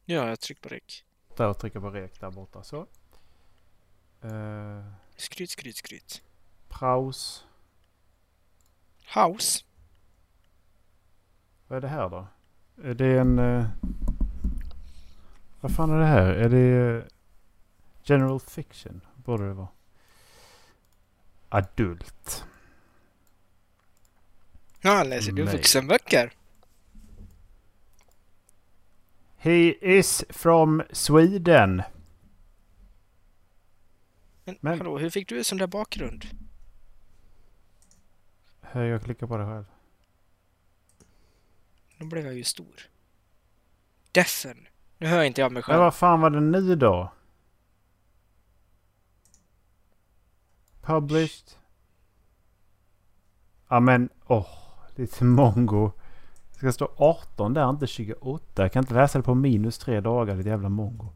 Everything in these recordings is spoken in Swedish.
Ja, jag trycker på rek. Där och trycker på rek där borta. Så. Skryt. Paus. House. Vad är det här då? Är det en... vad fan är det här? Är det general fiction? Borde det vara. Adult. Ja, han läser du vuxenböcker. He is from Sweden. Men hallå, hur fick du en sån där bakgrund? Jag klickar på det själv. Då blev jag ju stor. Deffen. Nu hör inte jag mig Men själv. vad fan var det nu då? Published. Ja men, lite mongo. Det ska stå 18 där, inte 28. Jag kan inte läsa det på -3 dagar, lite jävla mongo.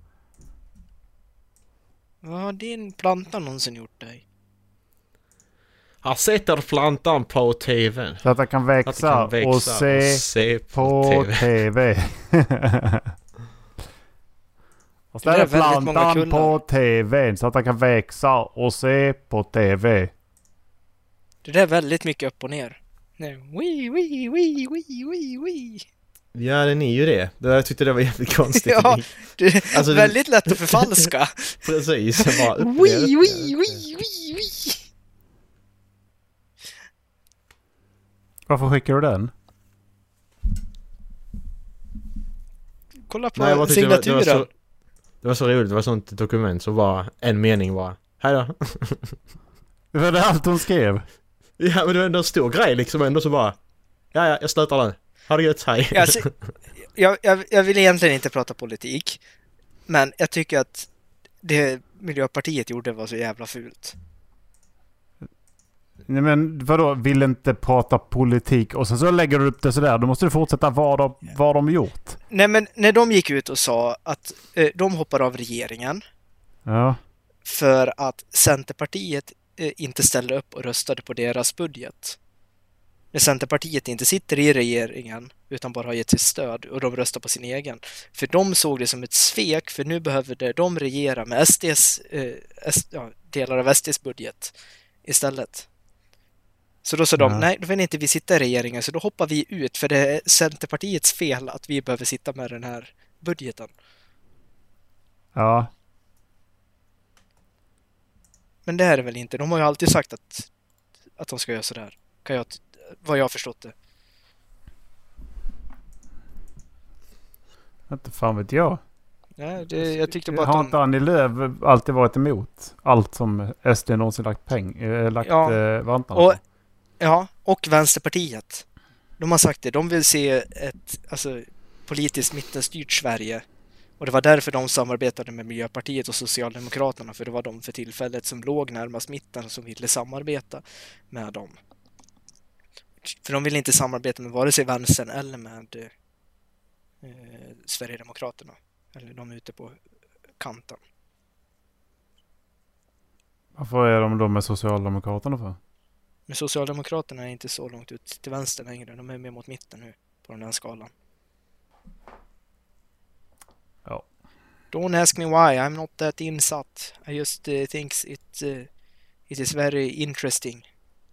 Vad har din planta någonsin gjort dig? Jag sätter plantan på tvn. Så att det kan växa, och se på TV. Och ställa plantan på TVn så att den kan växa och se på TV. Det där är väldigt mycket upp och ner. Nej, wii. Ja, den är ju det. Jag tyckte det var jävligt konstigt. Ja, det är alltså, väldigt lätt att förfalska. Precis. Bara wii. Varför skickar du den? Kolla på signaturen. Det var så roligt. Det var sånt dokument så var en mening var. Hej då. Det var det allt hon skrev. Ja, men det var ändå en stor grej liksom. Ändå så bara. Ja, jag slutar nu. Ha det gött, hej. Alltså, jag vill egentligen inte prata politik. Men jag tycker att det Miljöpartiet gjorde var så jävla fult. Nej men vadå, vill inte prata politik och sen så lägger du upp det sådär. Då måste du fortsätta vad de gjort. Nej men när de gick ut och sa att de hoppar av regeringen. Ja. För att Centerpartiet inte ställde upp och röstade på deras budget. När Centerpartiet inte sitter i regeringen utan bara har gett sitt stöd och de röstar på sin egen. För de såg det som ett svek, för nu behöver de regera med delar av SDs budget istället. Så då sa de, nej, då vill inte vi sitta i regeringen, så då hoppar vi ut, för det är Centerpartiets fel att vi behöver sitta med den här budgeten. Ja. Men det är det väl inte. De har ju alltid sagt att de ska göra sådär. Vad jag har förstått det. Inte fan vet jag. Nej, jag tyckte bara att har inte Annie Lööf alltid varit emot allt som SD någonsin lagt vantarna på? Och Vänsterpartiet. De har sagt det. De vill se ett politiskt mittenstyrt Sverige. Och det var därför de samarbetade med Miljöpartiet och Socialdemokraterna. För det var de för tillfället som låg närmast mitten som ville samarbeta med dem. För de ville inte samarbeta med vare sig Vänstern eller med Sverigedemokraterna. Eller de ute på kanten. Varför är de då med Socialdemokraterna för? Men Socialdemokraterna är inte så långt ut till vänster längre. De är mer mot mitten nu på den här skalan. Ja. Don't ask me why. I'm not that insatt. I just think it is very interesting.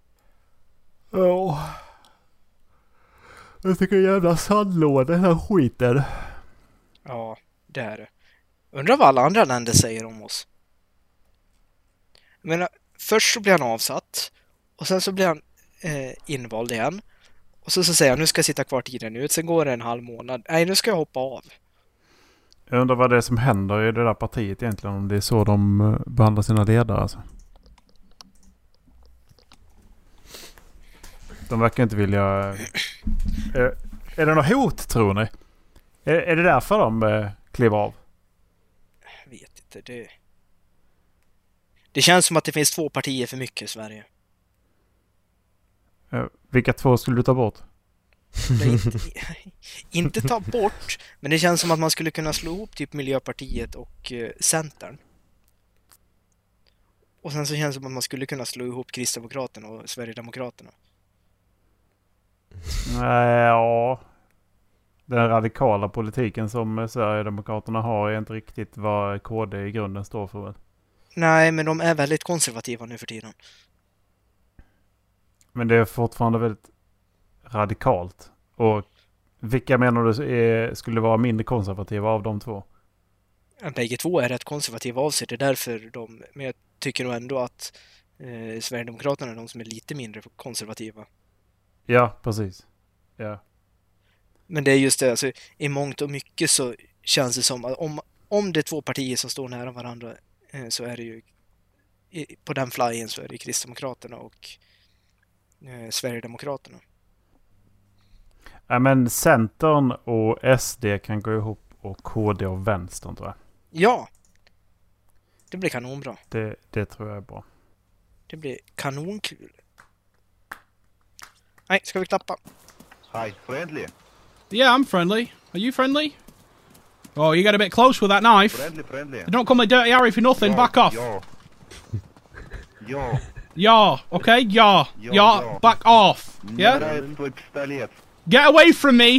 Ja. Jag tycker jävla sandlåda den här skiten. Ja, det är det. Undrar vad alla andra länder säger om oss. Jag menar, först så blir han avsatt. Och sen så blir han invald igen. Och så säger han, nu ska jag sitta kvar tiden ut. Sen går det en halv månad. Nej, nu ska jag hoppa av. Jag undrar vad det är som händer i det där partiet egentligen. Om det är så de behandlar sina ledare alltså. De verkar inte vilja... Är det något hot, tror ni? Är det därför de kliver av? Jag vet inte. Det känns som att det finns 2 partier för mycket i Sverige. Vilka 2 skulle du ta bort? Inte ta bort, men det känns som att man skulle kunna slå ihop typ Miljöpartiet och Centern. Och sen så känns det som att man skulle kunna slå ihop Kristdemokraterna och Sverigedemokraterna. Ja. Den radikala politiken som Sverigedemokraterna har är inte riktigt vad KD i grunden står för. Nej, men de är väldigt konservativa nu för tiden. Men det är fortfarande väldigt radikalt. Och vilka menar du skulle vara mindre konservativa av de två? Bägge två är rätt konservativa av sig. Det är därför men jag tycker nog ändå att Sverigedemokraterna är de som är lite mindre konservativa. Ja, precis. Ja. Men det är just det, alltså, i mångt och mycket så känns det som att om det är två partier som står nära varandra så är det ju på den flyen så är det Kristdemokraterna och Sverigedemokraterna. Ja, men Centern och SD kan gå ihop och KD och Vänstern, tror jag. Ja! Det blir kanonbra. Det tror jag är bra. Det blir kanonkul. Nej, ska vi klappa? Hi, friendly. Yeah, I'm friendly. Are you friendly? Oh, you got a bit close with that knife. Friendly. Don't call me Dirty Harry for nothing. Yo, Back off. Yo. Yeah, okay? Yeah. Yeah, back off. Yeah? Get away from me.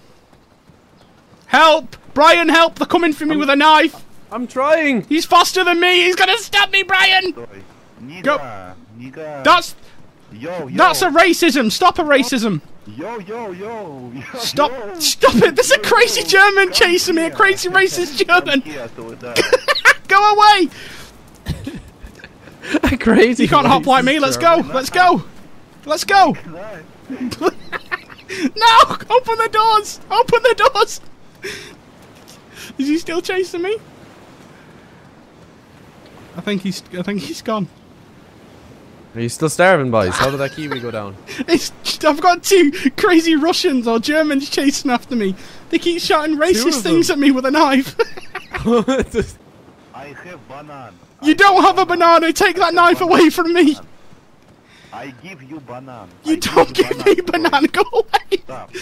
Help! Brian, help! They're coming for me with a knife. I'm trying. He's faster than me. He's gonna stab me, Brian. Go. That's a racism. Stop a racism. Yo. Stop it. There's a crazy German chasing me. A crazy racist German. Go away. Crazy. You can't hop like me. Let's go. Let's go. Let's go. No! Open the doors. Open the doors. Is he still chasing me? I think he's gone. Are you still starving, boys? How did that kiwi go down? I've got two crazy Russians or Germans chasing after me. They keep shouting racist things at me with a knife. I have banana. You don't have a banana. Take that knife away from me. I give you banana. You don't give me banana. Go away. Stop.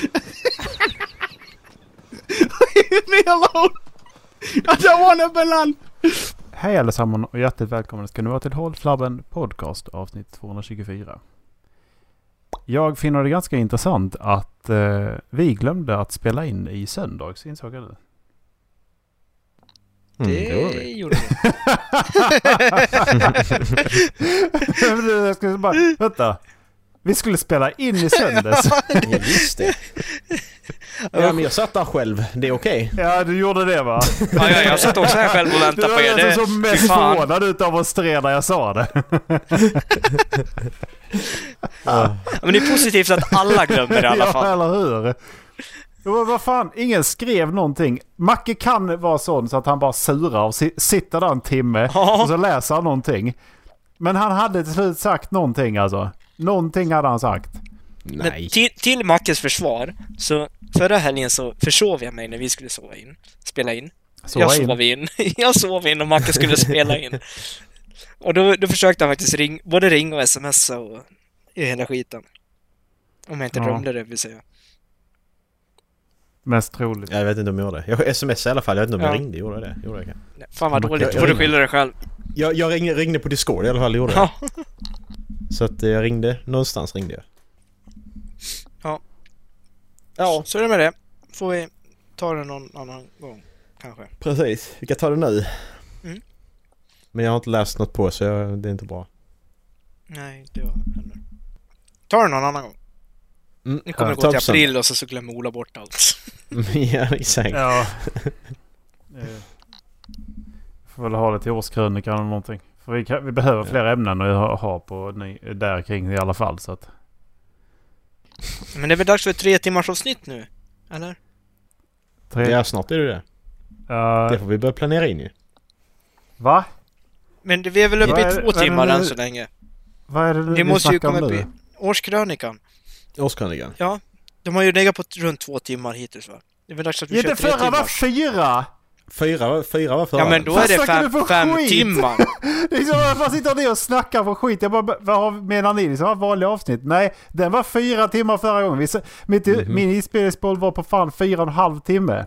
Leave me alone. I don't want a banana. Hej allesammans och hjärtligt välkomna ska nu vara till Håll Flabben podcast avsnitt 224. Jag finner det ganska intressant att vi glömde att spela in i söndags, insåg jag det? Det gjorde vi. Jag skulle bara, vänta. Vi skulle spela in i söndags. Ja, just det. Ja, men jag satt där själv. Det är okej. Ja, du gjorde det, va? Ja, jag satt också här själv och väntade på er. Du var så mest förvånad ut av oss tre när jag sa det. Ja, men det är positivt att alla glömmer det i alla fall. Ja, eller hur? Vad fan, ingen skrev någonting. Macke kan vara sån så att han bara surar och sitter där en timme och så läser han någonting. Men han hade till slut sagt någonting alltså. Någonting hade han sagt. Nej. Till Mackes försvar, så förra helgen så försov jag mig när vi skulle spela in. Jag sov in och Macke skulle spela in. Och då försökte han faktiskt både ringa och smsa och i hela skiten. Om jag inte drömde det, vill säga. Mest troligt. Jag vet inte om jag gjorde det. Jag smsade i alla fall. Jag vet inte om jag ringde. Gjorde det? Nej, fan vad dåligt. Du får skylla dig själv. Jag ringde på Discord i alla fall. Gjorde det. Så att jag ringde. Någonstans ringde jag. Ja, så är det med det. Får vi ta det någon annan gång, kanske. Precis. Vi kan ta det nu. Mm. Men jag har inte läst något på så det är inte bra. Nej, inte jag heller. Ta det någon annan gång. Nu kommer det gå till april och så glömmer Ola bort allt. Ja, exakt. Ja. Får väl ha det till årskrönikan eller någonting. För vi behöver fler ämnen att ha på där kring i alla fall. Så att... Men det är väl dags för 3 timmars avsnitt nu, eller? Ja, snart är det. Det får vi börja planera in ju. Va? Men vi är väl uppe i 2 timmar än så länge. Vad är det vi måste ju komma upp i årskrönikan. Årskrönikan? Ja, de har ju legat på runt 2 timmar hittills, va? Det är väl dags att vi kör 3 timmar. Det förra var 4! Fyra var förra. Ja, men då är det 5 timmar. Det är som att man sitter där och snackar för skit. Jag bara, vad menar ni? Det var vanliga avsnitt. Nej, den var 4 timmar förra gången. Min inspelningsboll var på fan 4,5 timme.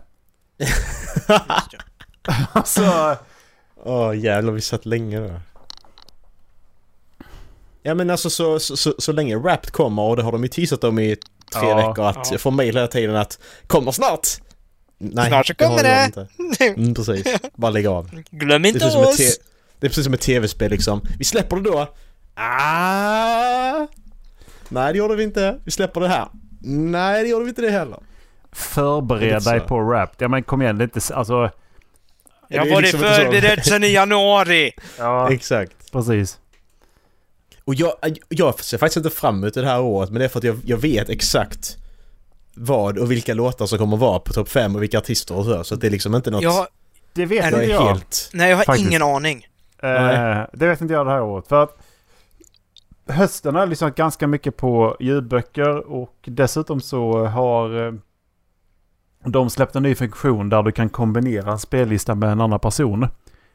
Alltså... jävlar, vi satt länge då. Ja, men alltså så länge Wrapped kommer, och det har de ju teasat om i 3 veckor att jag får mejl hela tiden att kommer snart. Nej, Snart så kommer det. Inte. Precis. Bara lägga av. Glöm inte Det är oss. det är precis som ett tv-spel liksom. Vi släpper det då. Nej, det gjorde vi inte. Vi släpper det här. Nej, det gjorde vi inte det heller. Förbered dig på rap. Ja, men kom igen lite. Alltså... Jag var liksom förberedd sedan i januari. Ja, exakt. Precis. Och jag ser faktiskt inte fram emot det här året, men det är för att jag vet exakt vad och vilka låtar som kommer vara på topp 5 och vilka artister och så att det är liksom inte något... Det vet inte jag. Helt... Nej, jag har ingen aning. Det vet inte jag det här året. För att hösten har lyssnat ganska mycket på ljudböcker och dessutom så har de släppt en ny funktion där du kan kombinera spellistan med en annan person.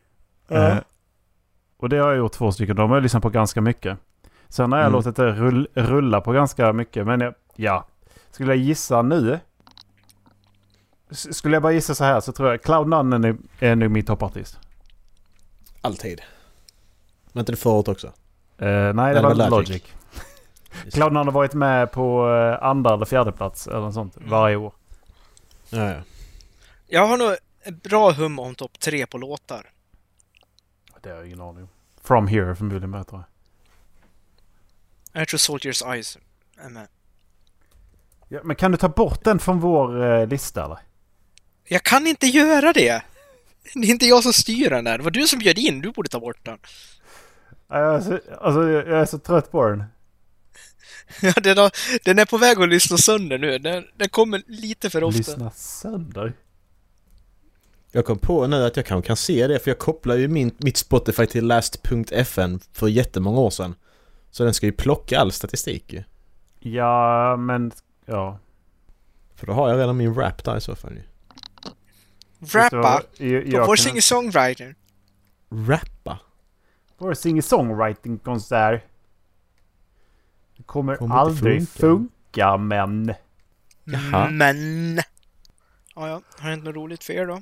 Och det har jag gjort 2 stycken. De har jag lyssnat på ganska mycket. Sen har jag låtit det rulla på ganska mycket. Men skulle jag gissa nu, skulle jag bara gissa så här, så tror jag Cloud9 är nu min toppartist. Alltid. Men inte det förut också? Nej, det var Logic. Cloud9 har varit med på andra eller fjärde plats eller något sånt varje år. Ja. Jag har nog en bra hum om topp 3 på låtar. Det har jag ingen aning om. From Here förmodligen med, tror jag. Jag tror Soldier's Eyes är med. Ja, men kan du ta bort den från vår lista eller? Jag kan inte göra det. Det är inte jag som styr den där. Det var du som bjöd in. Du borde ta bort den. Jag är så trött på den. Ja, den är på väg att lyssna sönder nu. Den kommer lite för ofta. Lyssna sönder? Jag kom på nu att jag kan se det, för jag kopplar ju mitt Spotify till last.fn för jättemånga år sedan. Så den ska ju plocka all statistik ju. Ja, men... Ja. För då har jag redan min rap där i så fall ju. Rappa? På vår singer-songwriter. Rappa? Vår singer-songwriting-konsert. Det kommer aldrig funka, men... Jaha. Men... Ja, har det inte något roligt för er då?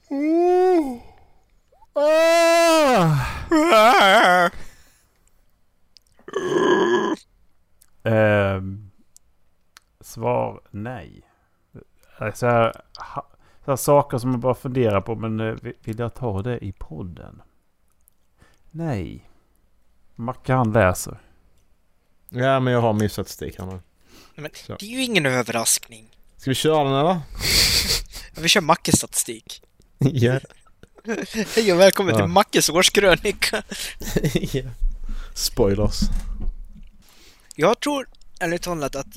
Svar nej. Så här saker som man bara funderar på, men vill jag ta det i podden? Nej. Macka, han läser. Ja, men jag har min statistik här nu. Men det är ju ingen överraskning. Ska vi köra den eller? Vi kör Mackes statistik. Ja. Hej och välkommen till Mackes årskrönika. Yeah. Spoilers. Jag tror ärligt talat att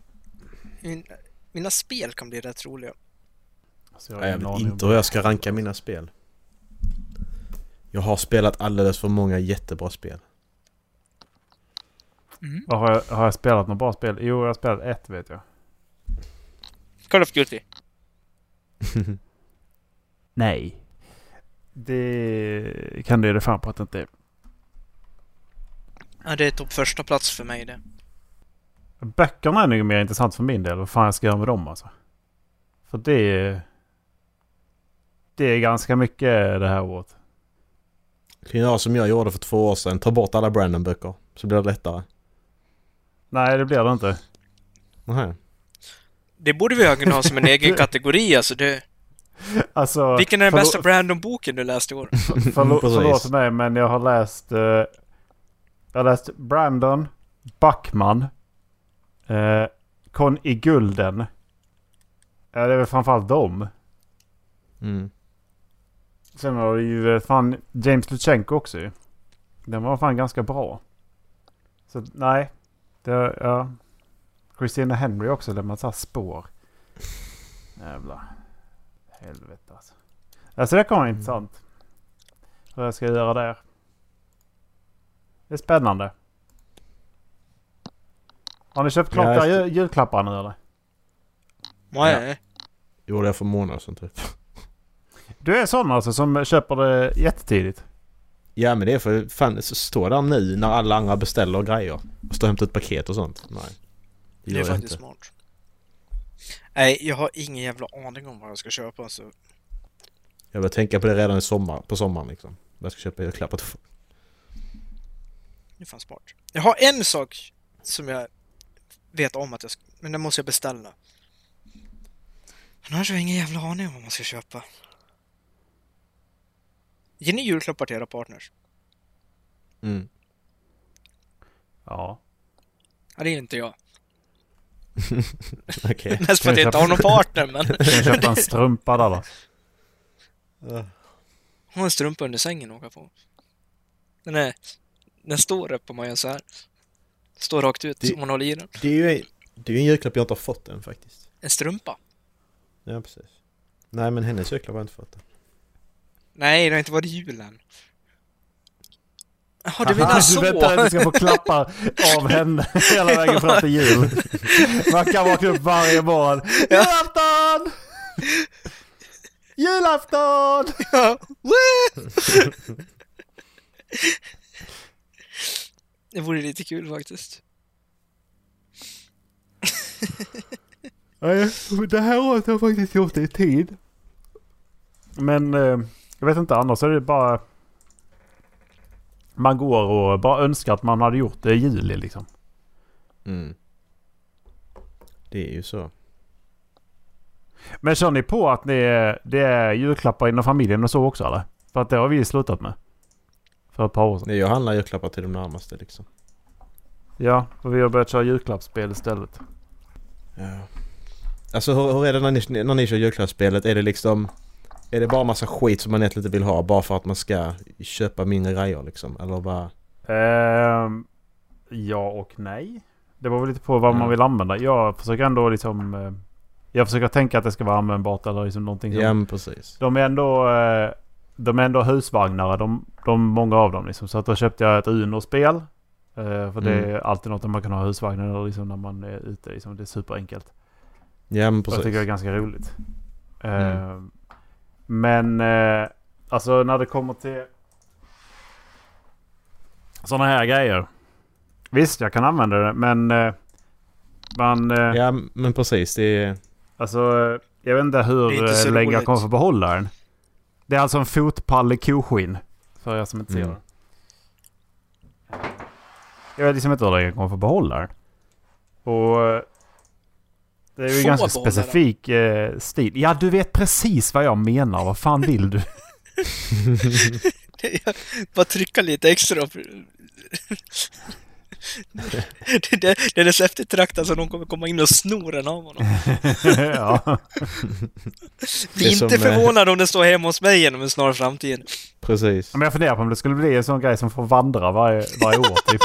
mina spel kan bli rätt roliga. Alltså, jag vet inte hur jag ska ranka mina spel. Jag har spelat alldeles för många jättebra spel. Har jag spelat något bra spel? Jo, jag har spelat ett, vet jag. Call of Duty. Nej. Det kan det fan på att det inte är. Ja, det är topp första plats för mig det. Böckerna är nog mer intressant för min del. Vad fan jag ska göra med dem alltså. För det är ganska mycket det här året. Kan jag göra som jag gjorde för 2 år sedan. Ta bort alla Brandon-böcker. Så blir det lättare. Nej, det blir det inte. Nähä. Det borde vi kunna ha som en egen kategori. Alltså det... Alltså, vilken är den bästa Brandon-boken du läste i år? Förlåt mig, men jag har läst Brandon, Backman, Kon i Gulden. Det är väl framförallt dem. Sen har det ju fan James Luchenko också ju. Den var fan ganska bra. Så nej. Christina Henry också lämnat så här spår. Jävlar. Helvete alltså. Alltså det kommer vara intressant. Vad jag ska göra där. Det är spännande. Har ni köpt julklappar nu eller? Nej. Gjorde jag för månader sedan typ. Du är sån alltså som köper det jättetidigt? Ja, men det är för fan så står där nu när alla andra beställer grejer. Och står och hämtar ett paket och sånt. Nej. Det är faktiskt smart. Nej, jag har ingen jävla aning om vad jag ska köpa så. Jag börjar tänka på det redan på sommaren liksom. Jag ska köpa julklappar till. Det är fan smart. Jag har en sak som jag vet om att jag Men den måste jag beställa. Annars har jag ingen jävla aning om vad man ska köpa. Ger ni julklappar till era partners? Mm. Ja. Ja, det är inte jag. Okej. Mest för att jag inte har någon partner, men... Jag köpte en strumpa där då. Hon har en strumpa under sängen att åka på. Den står upp om man gör så här. Står rakt ut om man håller i den. Det är ju en julklapp jag inte har fått än faktiskt. En strumpa? Ja, precis. Nej, men hennes julklapp har jag inte fått den. Nej, det har inte varit julen. Jaha, du menar så? Du vet att du ska få klappar av henne hela vägen fram till jul. Man kan vakna upp varje morgon. Julafton! Julafton! Ja. Det vore lite kul faktiskt. Nej, det här året har jag faktiskt gjort det i tid. Men jag vet inte, annars är det bara... Man går och bara önskar att man hade gjort det i juli liksom. Mm. Det är ju så. Men kör ni på att det är julklappar inom familjen och så också, eller? För att det har vi slutat med. För ett par år sedan. Nej, jag handlar julklappar till de närmaste liksom. Ja, och vi har börjat köra julklappsspel istället. Ja. Alltså hur är det när ni kör julklappsspelet? Är det liksom... Är det bara massa skit som man egentligen inte vill ha bara för att man ska köpa mindre grejer liksom? Eller bara... Ja och nej. Det var väl lite på vad man vill använda. Jag försöker ändå liksom... jag försöker tänka att det ska vara användbart eller liksom någonting som... Ja, men precis. De är ändå husvagnar, många av dem liksom. Så att då köpte jag ett Uno-spel. För det är alltid något där man kan ha husvagnar liksom, när man är ute liksom. Det är superenkelt. Ja, men precis. Jag tycker det är ganska roligt. Men alltså när det kommer till sådana här grejer. Visst, jag kan använda det, men ja, men precis. Det är... Alltså, jag vet inte hur länge jag kommer få behålla den. Det är alltså en fotpall i koskinn. För jag som inte ser det. Jag vet liksom inte hur länge jag kommer få behålla den. Och det är ju ganska specifik stil. Ja, du vet precis vad jag menar. Vad fan vill du? Bara trycka lite extra. Det är så eftertraktat så de kommer komma in och snor den av honom. Ja. Bli inte förvånad om det står hemma hos mig inom en snar framtid. Precis. Men jag funderar på om det skulle bli en sån grej som får vandra varje år typ.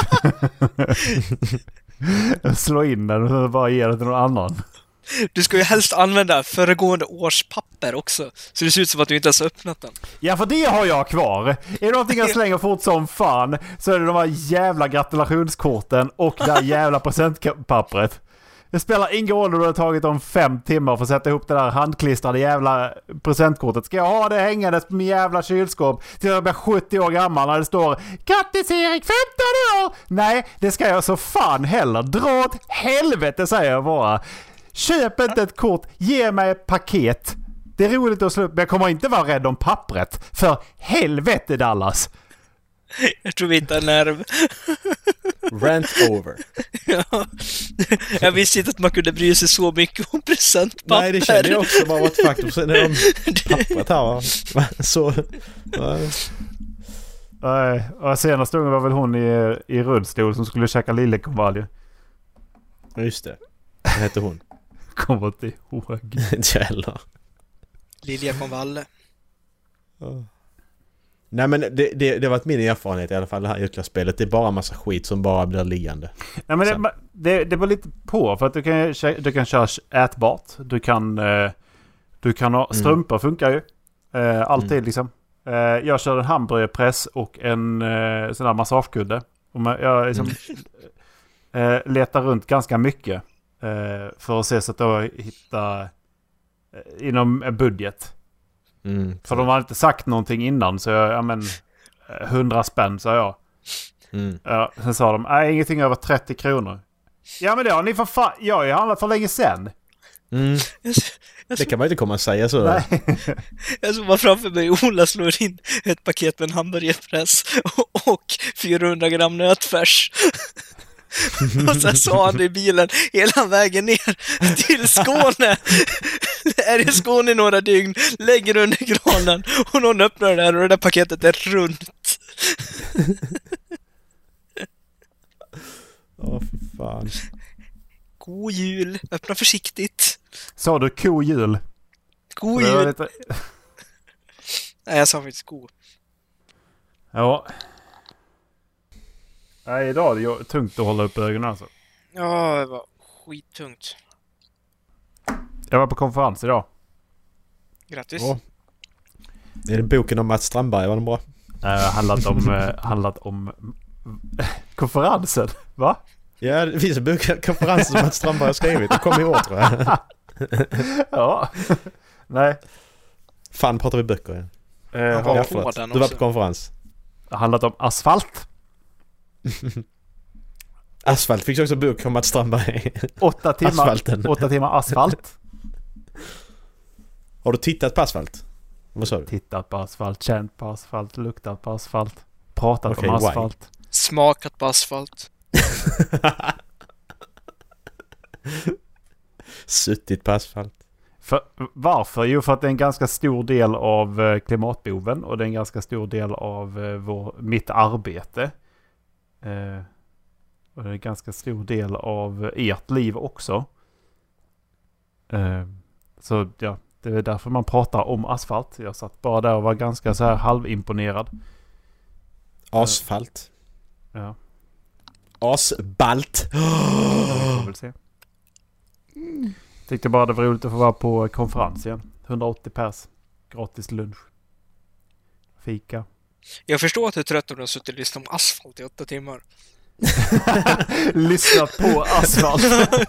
Slå in den och bara ge det till någon annan. Du ska ju helst använda föregående års papper också. Så det ser ut som att du inte ens har öppnat den. Ja, för det har jag kvar. Är det någonting jag slänger fort som fan så är det de här jävla gratulationskorten och det här jävla presentpappret. Det spelar ingen roll om det har tagit om 5 timmar för att sätta ihop det där handklistrade jävla presentkortet. Ska jag ha det hängandes på min jävla kylskåp till jag blir 70 år gammal när det står "Grattis Erik, 15 år!" Nej, det ska jag så fan heller. Dra åt helvete, säger jag bara. Köp inte ett kort, ge mig ett paket. Det är roligt att slå upp, men jag kommer inte vara rädd om pappret. För helvete, Dallas. Jag tror vi inte har nerv. Rant over. Ja. Jag visste inte att man kunde bry sig så mycket om presentpapper. Nej, det kände jag också bara var ett faktum. Sen är de pappret här, va? Så... Nej, och senaste gången var väl hon i rullstol som skulle käka lillekonvalj. Just det. Vad hette hon? Kommer inte ihåg. Jävlar. Lilja Konvalle. Nej, men det har varit min erfarenhet i alla fall, det här julklappsspelet. Det är bara massa skit som bara blir liggande. Nej, men det var lite på för att du kan köra ätbart. Du kan ha strumpor funkar ju. Alltid liksom. Jag kör en hamburgerpress och en sån där massagekudde. Jag liksom letar runt ganska mycket för att se så att jag hittar inom en budget. För de har inte sagt någonting innan, så jag men 100 spänn, sa jag. Ja, sen sa de, nej, ingenting över 30 kronor. Ja, men det har ni för fan, jag har handlat för länge sedan. Det kan man inte komma och säga så. Nej. Jag såg bara framför mig Ola slår in ett paket med en hamburgerpress och 400 gram nötfärs. Och sen sa han det i bilen hela vägen ner till Skåne. Är i Skåne några dygn, lägger under granen och någon öppnar det där och det där paketet är runt. Åh, fy fan. God jul, öppna försiktigt. Sa du kojul? God Det var jul. lite... Nej, jag sa faktiskt god. Ja. Nej, idag är det tungt att hålla upp ögonen alltså. Ja, det var skittungt. Jag var på konferens idag. Grattis. Åh. Är det boken om Mats Strandberg? Var den bra? Handlat om konferensen, va? Ja, det finns en bok, konferensen som Mats Strandberg har skrivit. Det kommer i år, tror jag. Ja. Nej. Fan, pratar vi böcker igen. Han var Ja, på förlåt. den Du var också. på konferens. Handlat om asfalt. Asfalt fick också en bok om Mats Strandberg. 8 timmar. Asfalten. 8 timmar asfalt. Har du tittat på asfalt? Vad sa du? Tittat på asfalt, känt på asfalt, luktat på asfalt, pratat Okej, om why? asfalt. Smakat på asfalt. Suttit på asfalt. Varför? Jo, för att det är en ganska stor del av klimatboven och det är en ganska stor del av mitt arbete. Och det är en ganska stor del av ert liv också. Så ja, det är därför man pratar om asfalt. Jag satt bara där och var ganska så här halvimponerad. Asfalt. Ja, Asbalt. jag får väl se. Tyckte bara det var roligt att få vara på konferens igen. 180 pers. Gratis lunch. Fika. Jag förstår att du är trött om du har suttit och lyssnat om asfalt i 8 timmar. Lyssnat på asfalt.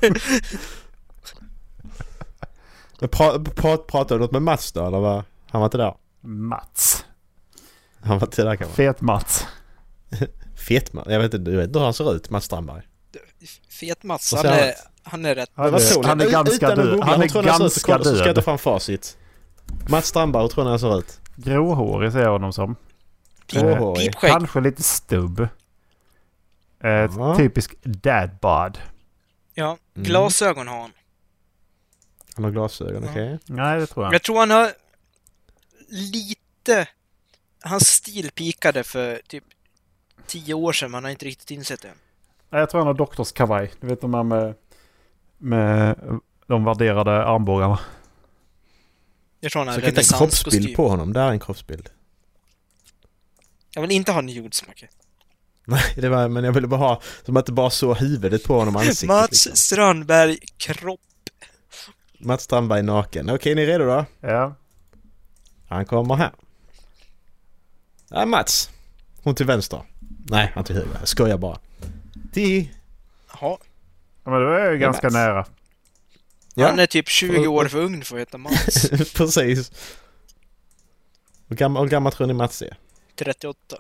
Men pratade du något med Mats då? Eller vad? Han var inte där. Mats. Han var inte där kanske. Fet Mats. Fet Mats. Jag vet inte hur han ser ut, Mats Strandberg. Fet Mats, Vad säger han är rätt. Han är ganska död. Han är ganska Så ska jag ta död. fram facit. Mats Strandberg, hur tror ni han ser ut? Gråhårig ser jag honom som. Gråhårig. Pipskägg. Kanske lite stubb. Ja. Typisk dad bod. Ja, glasögon har han. Han har glasögon, okej. Nej, det tror jag. Jag tror han har lite... Hans stil pikade för typ 10 år sedan, men han har inte riktigt insett det. Nej, jag tror han har doktorskavaj. Du vet de här med de värderade armbågarna. Jag tror han har Så jag kan hitta en kroppsbild renässanskostym. på honom. Där är en kroppsbild. Jag vill inte ha en jordsmacka. Nej, det var, men jag ville bara ha som att det bara så huvudet på honom, ansiktet. Mats liksom. Strandberg, kropp. Mats Strandberg naken. Okej, ni är redo då? Ja. Han kommer här. Ja, Mats. Hon till vänster. Nej, han till höger. Jag skojar bara. Till... Jaha. Ja, men då är jag ju ganska Mats. nära. Ja. Han är typ 20 år för ung för att heta Mats. Precis. Hur gammal tror ni Mats är? 38.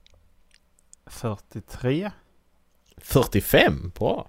43. 45? Bra.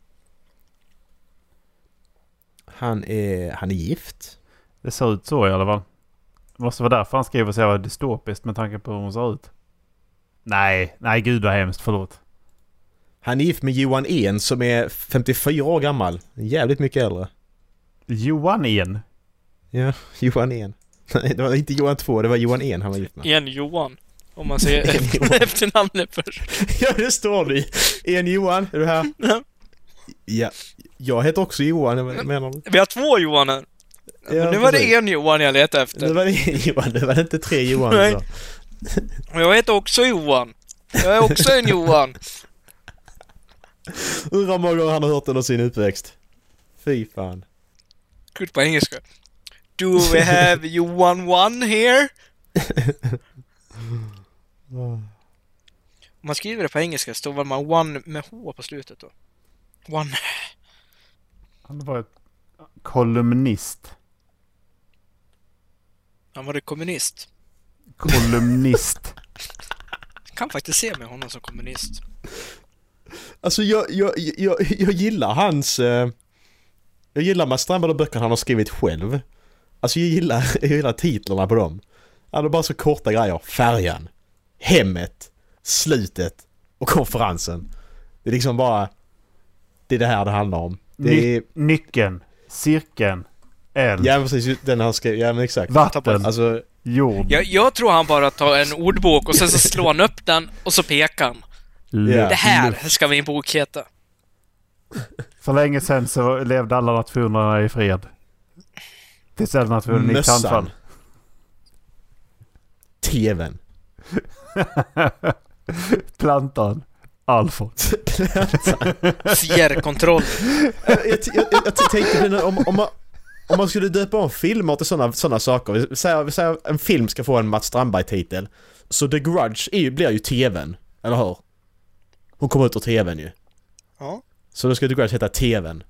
Han är gift. Det ser ut så i alla fall. Det måste vara därför han skriver så jävla dystopiskt med tanke på hur hon ser ut. Nej, gud vad hemskt, förlåt. Han är gift med Johan En som är 54 år gammal. Jävligt mycket äldre. Johan En. Ja, Johan En. Nej, det var inte Johan 2, det var Johan En han var gift med. En Johan. Om man säger En Johan. efternamnet först. Ja, det står det. En Johan, är du här? Ja. Ja, jag heter också Johan, jag menar. Vi har 2 Johaner. Ja, Men nu var precis. det en Johan jag letade efter. Nu var det en Johan, det var inte 3 Johan. Nej. Så. Och jag heter också Johan. Jag är också en Johan. Undrar hur många gånger han har hört under sin uppväxt. Fy fan. Gud på engelska. Do we have Johan one here? Om man skriver det på engelska står väl man one med H på slutet då. One. Han var ett kolumnist. Han var det kommunist. Kolumnist. Jag kan faktiskt se med honom som kommunist. Alltså jag gillar hans... Jag gillar Mats Strandberg och böcker han har skrivit själv. Alltså jag gillar titlarna på dem. Han har bara så korta grejer. Färjan, hemmet, slutet och konferensen. Det är liksom bara... alltid det här det handlar om. Det är... Nyckeln, cirkeln, eld, Ja, precis. Den han skrev. Ja, men exakt. vatten, Alltså... jord. Jag tror han bara tar en ordbok och sen så slår han upp den och så pekar han. Ja. Det här ska min bok heta. För länge sedan så levde alla nationerna i fred. Tills alla nationen gick till anfall. TVn. Plantan. Alford. Fjärrkontroll. Jag tänkte på om man skulle döpa om filmer till såna saker. Vi säger en film ska få en Mats Strandberg-titel. Så The Grudge blir ju TVn. Eller hur? Hon kommer ut ur TVn ju. Ja. Så då ska The Grudge heta TVn.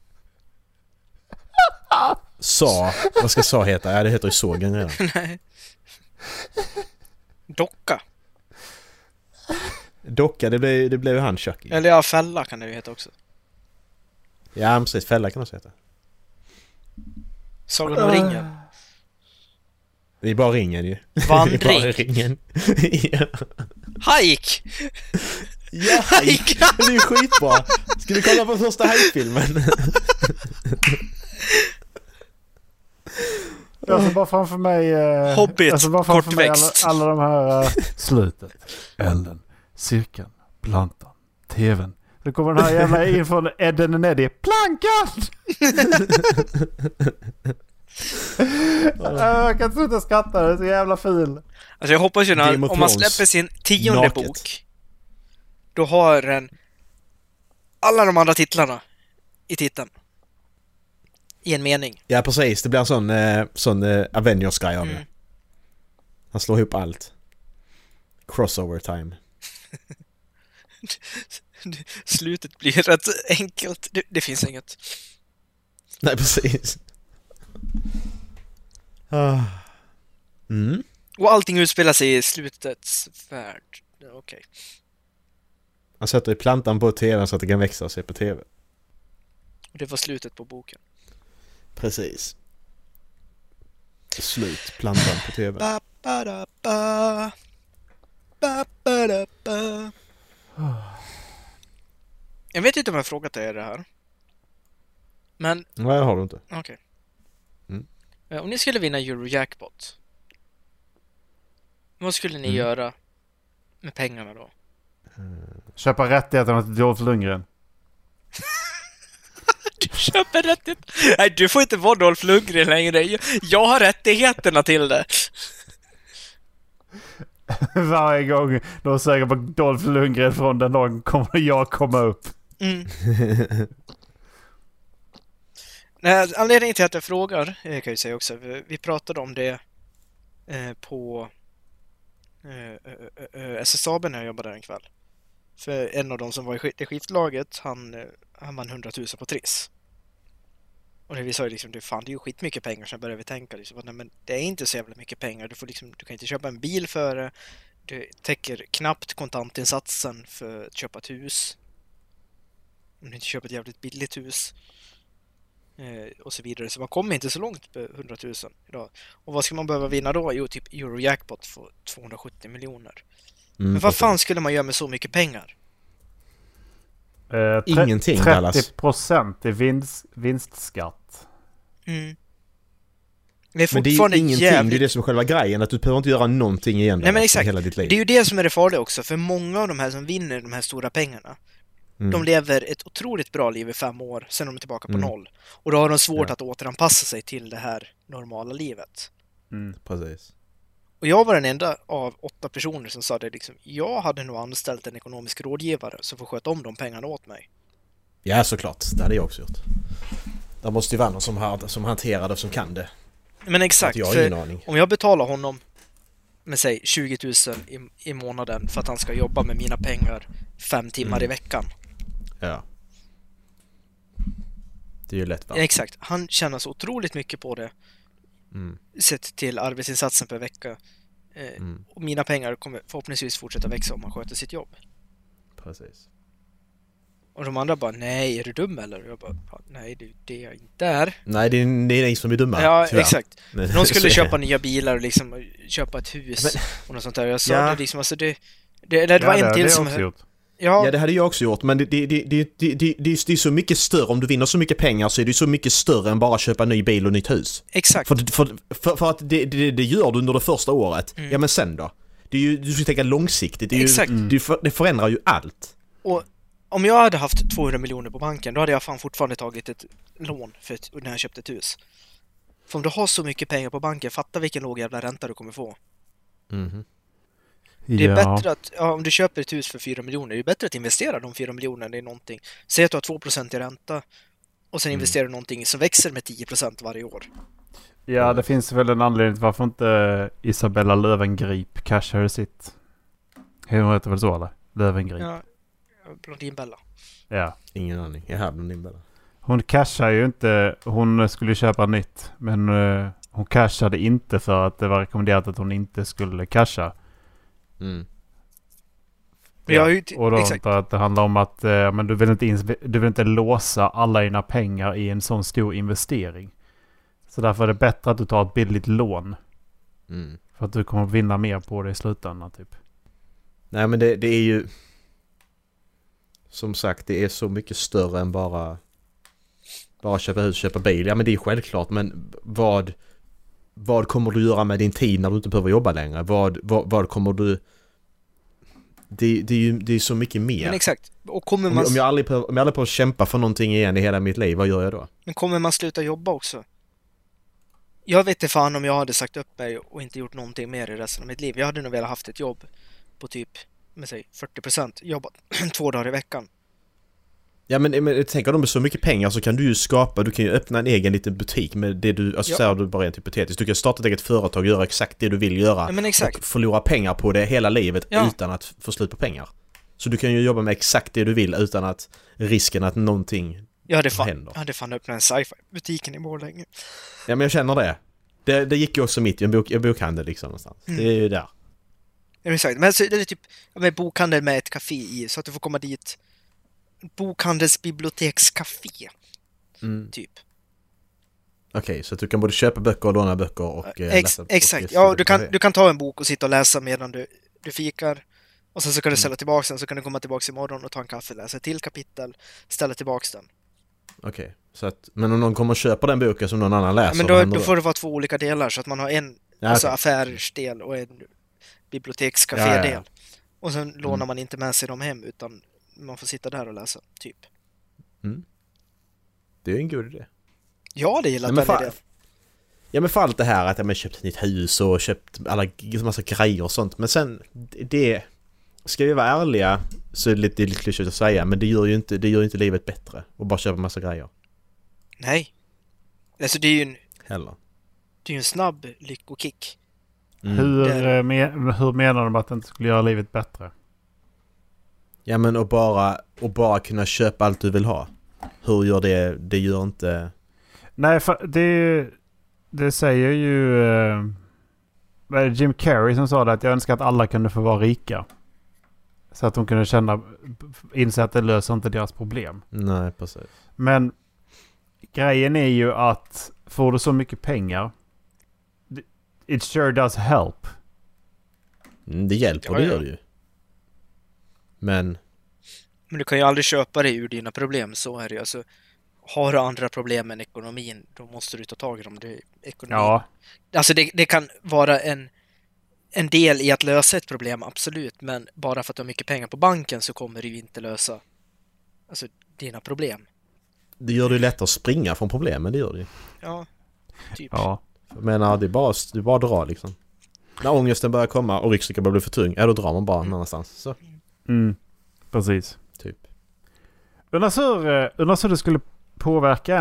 Vad ska Sa heta? Ja, det heter ju Sågen redan. Nej. Docka, det blev ju han Chucky. Eller ja, Fälla kan det ju heta också. Ja, precis. Fälla kan också heta. Sagan om ringen. Det är bara ringen ju. Vandring. Det är bara ringen. Ja. Hike! Ja, Hike! det är ju skitbra. Ska vi kolla på första Hike-filmen? Jag ser bara framför mig... Hobbit, alltså bara framför mig kortväxt. alla de här slutet. Elden, cirkeln, plantan, tvn. Det kommer den här jävla in från Edden och Neddy. Plankan! Jag kan sluta skratta, det är så jävla ful. Alltså jag hoppas ju Game of om man Thrones. släpper sin 10:e Naket. bok, då har den alla de andra titlarna i titeln. I en mening. Ja, precis. Det blir en sån Avengers-grej av det. Han slår ihop allt. Crossover time. Slutet blir rätt enkelt. Det finns inget. Nej, precis. Mm. Och allting utspelar sig i slutets värld. Okej. Han sätter i plantan på tvn så att det kan växa och se på tv. Och det var slutet på boken. Precis. Slut plantan på tv. Ba, ba, da, ba. Ba, ba, da, ba. Jag vet inte om jag har frågat dig det här. Men, Nej, det har du inte. okej. Mm. Om ni skulle vinna Eurojackpot, vad skulle ni göra med pengarna då? Köpa rättigheterna till Dolph Lundgren. Du köper rättigheter. Nej, du får inte vara Dolph Lundgren längre. Jag har rättigheterna till det. Varje gång de säger på Dolph Lundgren från den dagen kommer jag komma upp. Mm. Nej, anledningen till att jag frågar, jag kan ju säga också, vi pratade om det på SSAB när jag jobbade där en kväll. För en av dem som var i det skiftlaget, han vann 100 000 på Triss. Och det vi sa ju liksom, det är ju skitmycket pengar. Sen började vi tänka liksom, nej, men det är inte så jävla mycket pengar. Du kan inte köpa en bil för det. Det täcker knappt kontantinsatsen för att köpa ett hus. Om du inte köper ett jävligt billigt hus. Och så vidare. Så man kommer inte så långt på 100 000 idag. Och vad ska man behöva vinna då? Jo, typ Eurojackpot för 270 miljoner. Men vad fan skulle man göra med så mycket pengar? Ingenting, Dallas. 30% i vinstskatt. Mm. Det är Men det är ju ingenting, det är det som är själva grejen. Att du behöver inte göra någonting igen. Nej, men exakt. Hela ditt liv. Det är ju det som är det farliga också. För många av de här som vinner de här stora pengarna, de lever ett otroligt bra liv i 5 år. Sen är de tillbaka på 0. Och då har de svårt att återanpassa sig till det här normala livet. Precis. Och jag var den enda av 8 personer som sa det liksom, jag hade nog anställt en ekonomisk rådgivare som får sköta om de pengarna åt mig. Ja, såklart. Det hade jag också gjort. Det måste ju vara någon som hanterar det och som kan det. Men exakt, jag har ingen aning. Om jag betalar honom med säg 20 000 i månaden för att han ska jobba med mina pengar 5 timmar i veckan. Ja. Det är ju lätt, va? Exakt, han tjänar så otroligt mycket på det. Sett till arbetsinsatsen per vecka. Och mina pengar kommer förhoppningsvis fortsätta växa om man sköter sitt jobb. Precis. Och de andra bara, nej, är du dum eller? Och jag bara, nej, det är jag inte är. Nej, det är ni som är dumma. Ja, tyvärr. exakt. De skulle köpa nya bilar och liksom köpa ett hus och något sånt där. Jag sa det liksom, alltså det var en till som... Ja, det hade jag också gjort, men det är så mycket större. Om du vinner så mycket pengar så är det så mycket större än bara köpa en ny bil och nytt hus. Exakt. För att det gör du under det första året. Ja, men sen då? Du ska tänka långsiktigt. Det förändrar ju allt. Och om jag hade haft 200 miljoner på banken, då hade jag fan fortfarande tagit ett lån när jag köpte ett hus. För om du har så mycket pengar på banken, fatta vilken låg jävla ränta du kommer få. Det är bättre att, om du köper ett hus för 4 miljoner, det är bättre att investera de 4 miljonerna i någonting. Säg att du har 2% i ränta och sen investerar du i någonting som växer med 10% varje år. Ja, det finns väl en anledning till varför inte Isabella Löwengrip cashar sitt. Hon heter väl så, eller? Löwengrip. Ja, Blondinbella. Ja. Ingen aning. Jag har Blondinbella. Hon cashar ju inte. Hon skulle köpa nytt. Men hon cashade inte för att det var rekommenderat att hon inte skulle casha. Ja, och då exakt. att det handlar om att men du vill inte låsa alla dina pengar i en sån stor investering. Så därför är det bättre att du tar ett billigt lån. För att du kommer vinna mer på det i slutändan typ. Nej, men det är ju som sagt, det är så mycket större än bara köpa hus, köpa bil. Ja, men det är självklart, men vad kommer du göra med din tid när du inte behöver jobba längre? Vad kommer du... Det är så mycket mer. Men exakt. Och kommer man... om jag aldrig behöver kämpa för någonting igen i hela mitt liv, vad gör jag då? Men kommer man sluta jobba också? Jag vet inte fan om jag hade sagt upp mig och inte gjort någonting mer i resten av mitt liv. Jag hade nog velat haft ett jobb på typ, med sig 40%, jobbat 2 dagar i veckan. Ja, men tänker du med så mycket pengar så kan du kan ju öppna en egen liten butik med det du, alltså säger du bara rent hypotetiskt. Du kan starta ett eget företag och göra exakt det du vill göra. Ja, men exakt. Och förlora pengar på det hela livet utan att få slut på pengar. Så du kan ju jobba med exakt det du vill utan att risken att någonting händer. Jag hade fan öppnat en sci-fi-butiken i Borlänge. Ja, men jag känner det. Det gick ju också mitt i en bokhandel liksom någonstans. Det är ju där. Ja, exakt. Men alltså, det är typ med bokhandel med ett café i, så att du får komma dit. Bokhandelsbibliotekscafé. Typ. Okej, så att du kan både köpa böcker och låna böcker och läsa. Exakt. Ja, du kan ta en bok och sitta och läsa medan du fikar. Och sen så kan du ställa tillbaka den, så kan du komma tillbaka imorgon och ta en kaffe, läsa ett till kapitel, ställa tillbaka den. Okej, så att, men om någon kommer och köper den boken som någon annan läser... Ja, men då får det vara 2 olika delar, så att man har en affärsdel och en bibliotekscafé-del. Och sen lånar man inte med sig dem hem, utan man får sitta där och läsa, typ. Det är en god idé. Ja, det gillar jag det. Ja, men för allt det här att jag har köpt ett nytt hus och köpt massa grejer och sånt. Men sen, ska vi vara ärliga så är det lite klyschigt att säga, men det gör ju inte livet bättre att bara köpa massa grejer. Nej. Alltså det är ju en snabb lyckokick. Hur menar de att det inte skulle göra livet bättre? Ja, men och bara kunna köpa allt du vill ha. Hur gör det gör inte... Nej, för det säger ju Jim Carrey som sa det, att jag önskar att alla kunde få vara rika. Så att de kunde inse att det löser inte deras problem. Nej, precis. Men grejen är ju att får du så mycket pengar, it sure does help. Det hjälper, det gör det ju. Men du kan ju aldrig köpa dig ur dina problem, så är det ju. Alltså, har du andra problem än ekonomin, då måste du ta tag i dem. Det är ekonomin. Ja. Alltså det kan vara en del i att lösa ett problem, absolut. Men bara för att du har mycket pengar på banken så kommer du ju inte lösa dina problem. Det gör det lättare att springa från problemen, det gör det. Ja, typ. Ja. Jag menar, det är bara att dra liksom. När ångesten börjar komma och ryggsäcken börjar bli för tung, då drar man bara någonstans. Så. Precis. Typ. Undrar hur det skulle påverka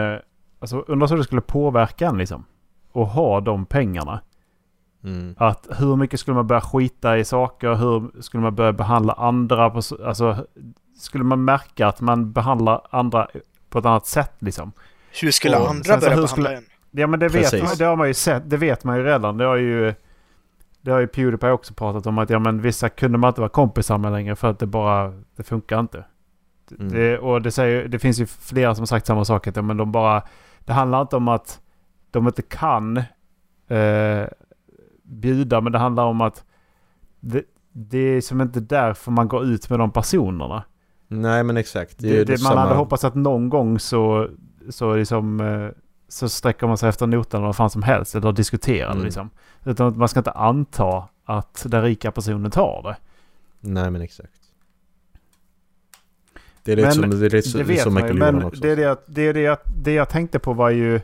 en liksom. Och ha de pengarna. Att hur mycket skulle man börja skita i saker, hur skulle man börja behandla andra skulle man märka att man behandlar andra på ett annat sätt liksom. Hur skulle andra börja behandla en? Ja, men det har man ju sett, det vet man ju redan. Det har ju PewDiePie också pratat om, att vissa kunde man inte vara kompisar med längre för att det funkar inte. Det finns ju flera som har sagt samma sak, att det handlar inte om att de inte kan bjuda, men det handlar om att det är som inte därför man går ut med de personerna. Nej, men exakt. Det man hade hoppats att någon gång så liksom, så sträcker man sig efter notan eller vad fan som helst eller diskuterar det liksom. Utan man ska inte anta att den rika personen tar det. Nej, men exakt. Det är lite som Michael Jordan också. Det jag tänkte på var ju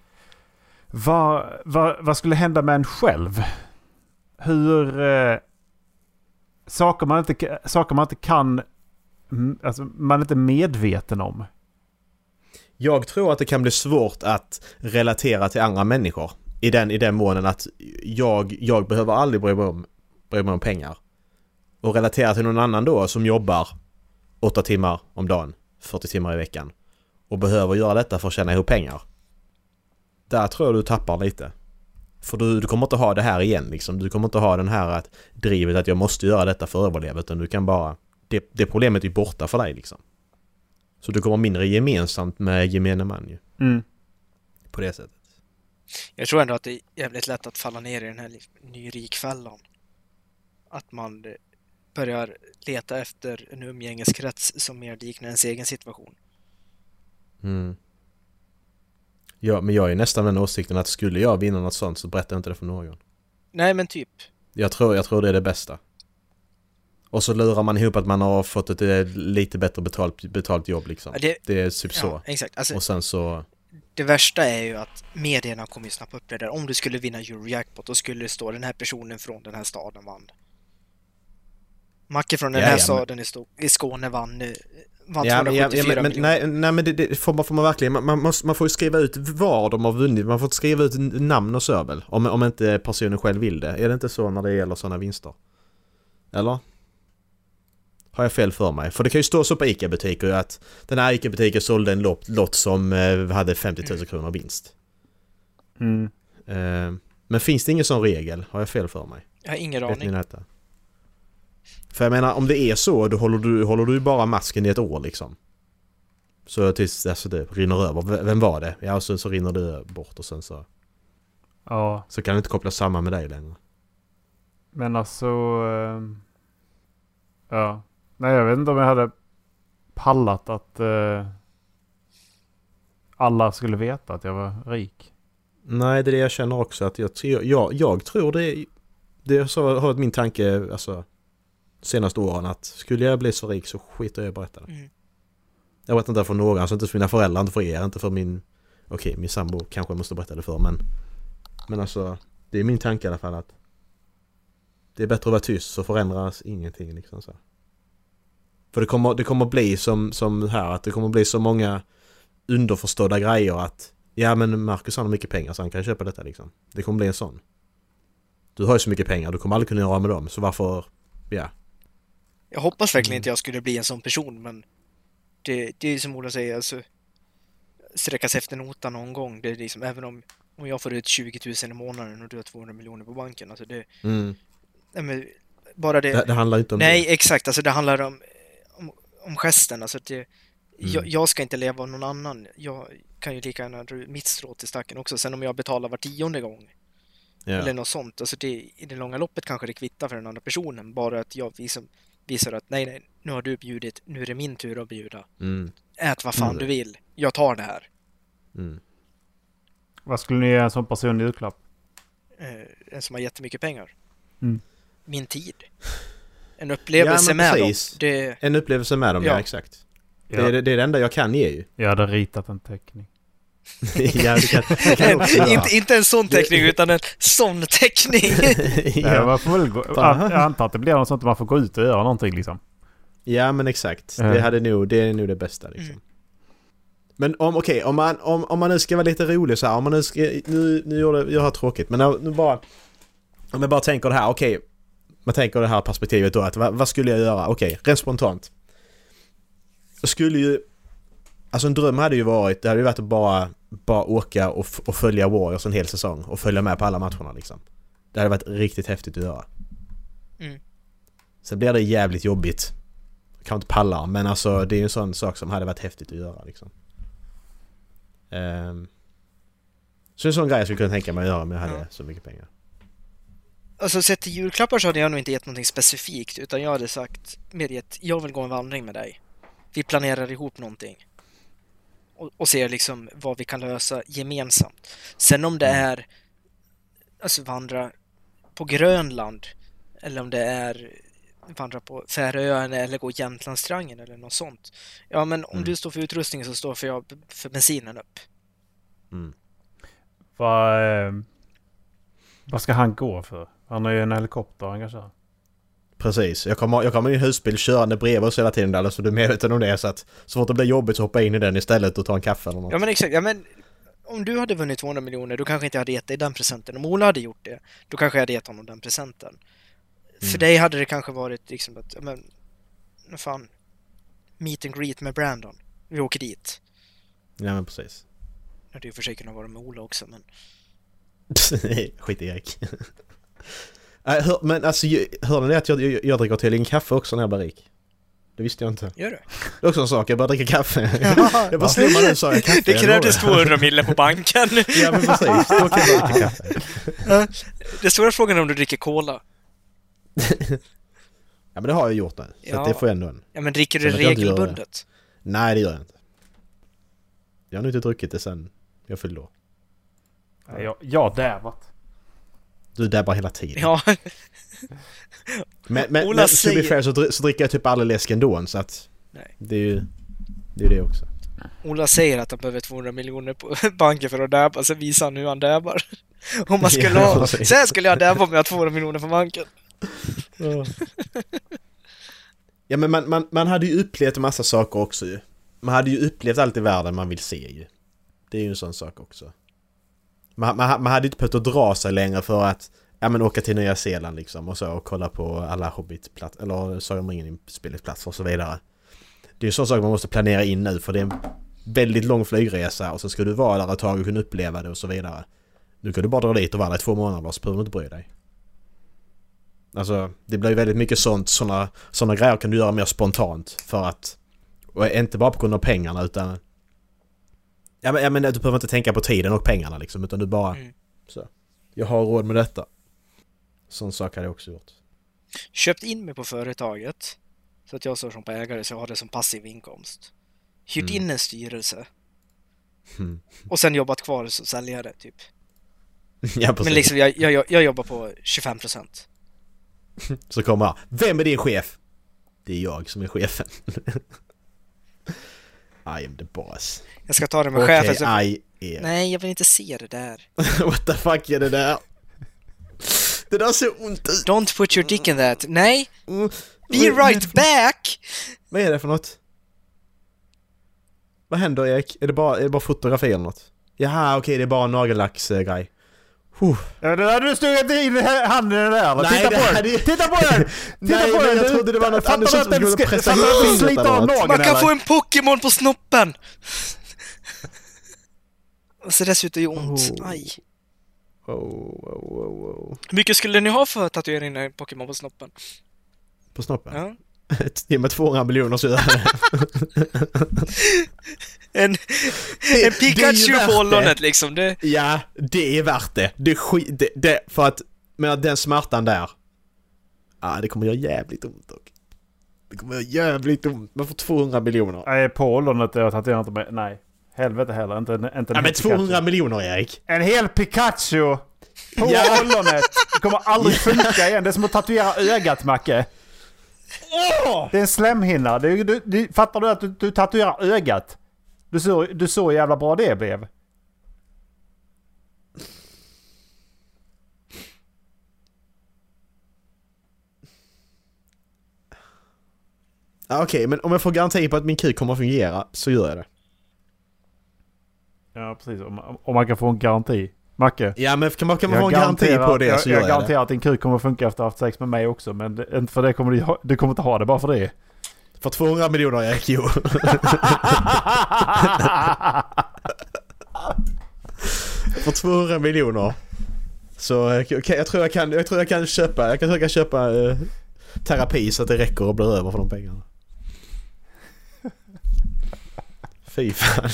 vad skulle hända med en själv? Hur saker man inte kan, alltså man är inte medveten om. Jag tror att det kan bli svårt att relatera till andra människor i den månen att jag behöver aldrig bry mig om pengar. Och relatera till någon annan då som jobbar 8 timmar om dagen, 40 timmar i veckan och behöver göra detta för att tjäna ihop pengar. Där tror jag du tappar lite. För du kommer inte ha det här igen liksom. Du kommer inte ha den här drivet att jag måste göra detta för att överleva, utan du kan bara det problemet är borta för dig liksom. Så du kommer mindre gemensamt med gemene man ju. På det sättet. Jag tror ändå att det är jävligt lätt att falla ner i den här nyrikfällan. Att man börjar leta efter en umgängeskrets som mer liknar ens egen situation. Ja, men jag är nästan den åsikten att skulle jag vinna något sånt så berättar jag inte det för någon. Nej, men typ. Jag tror det är det bästa. Och så lurar man ihop att man har fått ett lite bättre betalt jobb liksom. Det är typ så. Exakt. Alltså, och sen så... Det värsta är ju att medierna kommer ju snappa upp det där. Om du skulle vinna Eurojackpot, då skulle det stå den här personen från den här staden vann. Macke från den här staden i Skåne vann 274 miljoner. Nej, men det får man verkligen. Man får ju skriva ut var de har vunnit. Man får skriva ut namn och så väl. Om inte personen själv vill det. Är det inte så när det gäller sådana vinster? Eller? Har jag fel för mig? För det kan ju stå så på ICA-butiker att den här ICA-butiken sålde en lott som hade 50 000 kronor vinst. Men finns det ingen sån regel? Har jag fel för mig? Jag har ingen aning. För jag menar, om det är så, då håller du bara masken i ett år liksom. Så tills alltså, det rinner över. Vem var det? Ja, och sen så rinner det bort och sen så... Ja. Så kan det inte kopplas samman med dig längre. Men alltså... ja. Nej, jag vet inte om jag hade pallat att alla skulle veta att jag var rik. Nej, det är det jag känner också. Att jag tror det är så har min tanke alltså, senaste åren att skulle jag bli så rik så skiter jag berätta det. Jag vet inte för någon, alltså inte för mina föräldrar, inte för er, inte för min min sambo kanske jag måste berätta det för, men alltså det är min tanke i alla fall att det är bättre att vara tyst så förändras ingenting liksom så. För det kommer bli som här att det kommer bli så många underförstådda grejer att ja men Marcus har mycket pengar så han kan köpa detta liksom. Det kommer bli en sån. Du har ju så mycket pengar, du kommer aldrig kunna göra av med dem, så varför Jag hoppas verkligen inte jag skulle bli en sån person, men det är som Ola säger, alltså sträckas efter notan någon gång. Det är liksom, även om jag får ut 20 000 i månaden och du har 200 miljoner på banken, alltså det nej, men bara det handlar inte om nej, det. exakt, alltså det handlar om gesten, alltså det jag ska inte leva av någon annan. Jag kan ju lika gärna dra mitt strå till stacken också. Sen om jag betalar var 10:e gång eller något sånt, alltså det, i det långa loppet kanske det kvittar för den andra personen, bara att jag visar att nej, nu har du bjudit, nu är det min tur att bjuda. Ät vad fan du vill, jag tar det här. Vad skulle ni ge en sån person i julklapp? En som har jättemycket pengar. Min tid. En upplevelse med dem. En upplevelse med dem, ja exakt. Ja. Det är det enda jag kan ge ju. Jag hade ritat en teckning. Ja, det kan också inte en sån teckning utan en sån teckning. Ja, man får väl jag antar att det blir något sånt att man får gå ut och göra någonting liksom. Ja, men exakt. Det är nog det bästa liksom. Men om man nu ska vara lite rolig så här, om man nu ska nu gör jag har tråkigt, men nu bara om jag bara tänker det här, man tänker det här perspektivet då att vad skulle jag göra? Rent spontant. Jag skulle ju alltså en dröm hade ju varit att bara åka och följa Warriors en hel säsong och följa med på alla matcherna liksom. Det hade varit riktigt häftigt att göra. Sen blir det jävligt jobbigt. Jag kan inte palla, men alltså det är ju en sån sak som hade varit häftigt att göra liksom. Så en sån grej jag skulle kunna tänka mig att göra om jag hade så mycket pengar. Alltså sett till julklappar så hade jag nog inte gett någonting specifikt, utan jag hade sagt mer gett, jag vill gå en vandring med dig. Vi planerar ihop någonting. Och ser liksom vad vi kan lösa gemensamt. Sen om det är alltså vandra på Grönland, eller om det är vandra på Färöarna eller gå Jämtlandstriangeln eller något sånt. Ja, men om du står för utrustningen så står för jag för bensinen upp. Vad ska han gå för? Han har ju en helikopter han kan köra. Precis. Jag kommer i en husbil körande bredvid oss hela tiden där, så du är medveten om det, så att så fort det blir jobbigt så hoppa in i den istället och ta en kaffe eller något. Ja, men exakt. Ja, men om du hade vunnit 200 miljoner, då kanske inte jag hade gett dig den presenten. Om Ola hade gjort det, då kanske jag hade gett honom den presenten. För dig hade det kanske varit liksom att, men fan, meet and greet med Brandon. Vi åker dit. Ja, men precis. Det hade ju för sig kunnat vara med Ola också, men... Skit i Erik. Men alltså, hörde ni att jag dricker till en kaffe också när jag blir rik? Det visste jag inte. Gör du? Det är också en sak, jag bara dricka kaffe. Jag bara slimmar nu, sa jag kaffe. Det krävdes 200 mille på banken. Ja, men precis. Då kan jag dricka kaffe. Det stora frågan är om du dricker cola. Ja, men det har jag gjort nu. Så att det får ändå en. Ja, men dricker du regelbundet? Nej, det gör jag inte. Jag har nog inte druckit det sen jag fyllde år. Jag dävat. Du där bara hela tiden. Ja. Men Ola to be fair så dricker jag typ aldrig läsk ändå, så att det är ju det också. Ola säger att han behöver 200 miljoner på banken för att dabba, så visar han hur han dabbar. Om man skulle ha... Sen skulle jag dabba om jag har 200 miljoner på banken. Ja, men man hade ju upplevt en massa saker också ju. Man hade ju upplevt allt i världen man vill se ju. Det är ju en sån sak också. Man hade inte behövt att dra sig längre för att åka till Nya Zeeland liksom och så och kolla på alla Hobbit-platser eller Sagan om ringen-spelplatser och så vidare. Det är ju sån sak man måste planera in nu, för det är en väldigt lång flygresa och så ska du vara där ett tag och kunna uppleva det och så vidare. Nu kan du bara dra dit och vara där i 2 månader, så behöver du inte bry dig. Alltså, det blir ju väldigt mycket såna grejer kan du göra mer spontant för att, och inte bara på grund av pengarna utan jag menar, du behöver inte tänka på tiden och pengarna liksom, utan du bara så, jag har råd med detta. Sån sak hade jag också gjort. Köpt in mig på företaget så att jag står som på ägare, så jag har det som passiv inkomst. Hyrt in en styrelse. Och sen jobbat kvar som säljare typ. Ja, precis. Men liksom jag jobbar på 25%. Så kommer jag. Vem är din chef? Det är jag som är chefen. I am the boss. Jag ska ta det med chefen. Så... Nej, jag vill inte se det där. What the fuck är det där? Det där ser ont ut. Don't put your dick in that. Nej. Be right back. Vad är det för något? Vad händer, Erik? Är det bara fotografi eller något? Jaha, okej, det är bara en nagellacksgrej. Ja, det hade du stugat in handen där. Nej, titta på den! Titta på den! Nej, på den! Jag trodde det var något annat som skulle pressa in slita av nageln. Man kan få en Pokémon på snoppen! Och så det ser ut att göra ont. Aj. Hur mycket skulle ni ha för att tatuera in en Pokémon på snoppen? På snoppen? Ja. Ge mig 200 miljoner så gör En Pikachu på ollonet liksom. Det... Ja, det är värt det. Det för att med den smärtan där. Det kommer göra jävligt ont dock. Det kommer göra jävligt ont. Man får 200 miljoner. Nej, på ollonet jag tatuerar inte med. Nej. Helvete heller. Inte men 200 miljoner, Erik. En hel Pikachu på ollonet. Det kommer aldrig funka igen. Det är som att tatuera ögat, Macke. Det är en slemhinna. Fattar du att du tatuerar ögat? Du såg jävla bra det blev. Okej, men om jag får garanti på att min kuk kommer att fungera så gör jag det. Ja, precis. Om man kan få en garanti. Macke. Ja, men kan man få en garanti på det så gör jag det. Jag garanterar att din kuk kommer att funka efter att ha haft sex med mig också. Men inte för det kommer du kommer inte ha det bara för det. För 200 miljoner jag gick ju. För 200 miljoner. Så jag tror jag kan köpa terapi så att det räcker och blir över för de pengarna. Fy fan.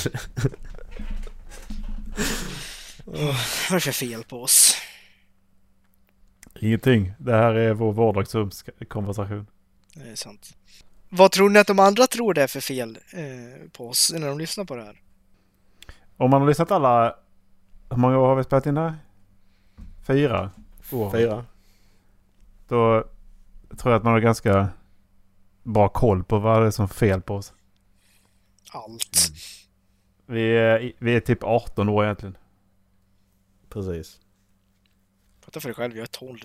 Vad är det för fel på oss? Ingenting. Det här är vår vardagsrumskonversation. Det är sant. Vad tror ni att de andra tror det är för fel på oss när de lyssnar på det här? Om man har lyssnat alla... Hur många år har vi spelat in här? 4 år. 4. Då tror jag att man har ganska bra koll på vad det är som är fel på oss. Allt. Vi är typ 18 år egentligen. Precis. Prata för dig själv, jag är 12.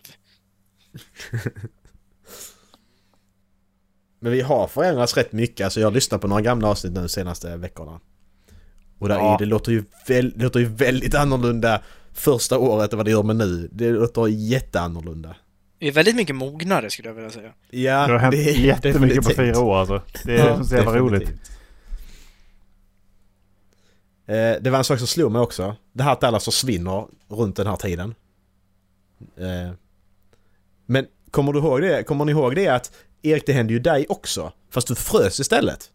Men vi har förändrats rätt mycket. Alltså jag har lyssnat på några gamla avsnitt nu de senaste veckorna. Och det låter ju väldigt annorlunda första året än vad det gör med nu. Det låter jätteannorlunda. Det är väldigt mycket mognare skulle jag vilja säga. Ja, det har hänt jättemycket på 4 år alltså. Det är så jävla roligt. Det var en sak som slog mig också. Det här att alla försvinner runt den här tiden. Men kommer ni ihåg det att Erik, det hände ju dig också. Fast du frös istället.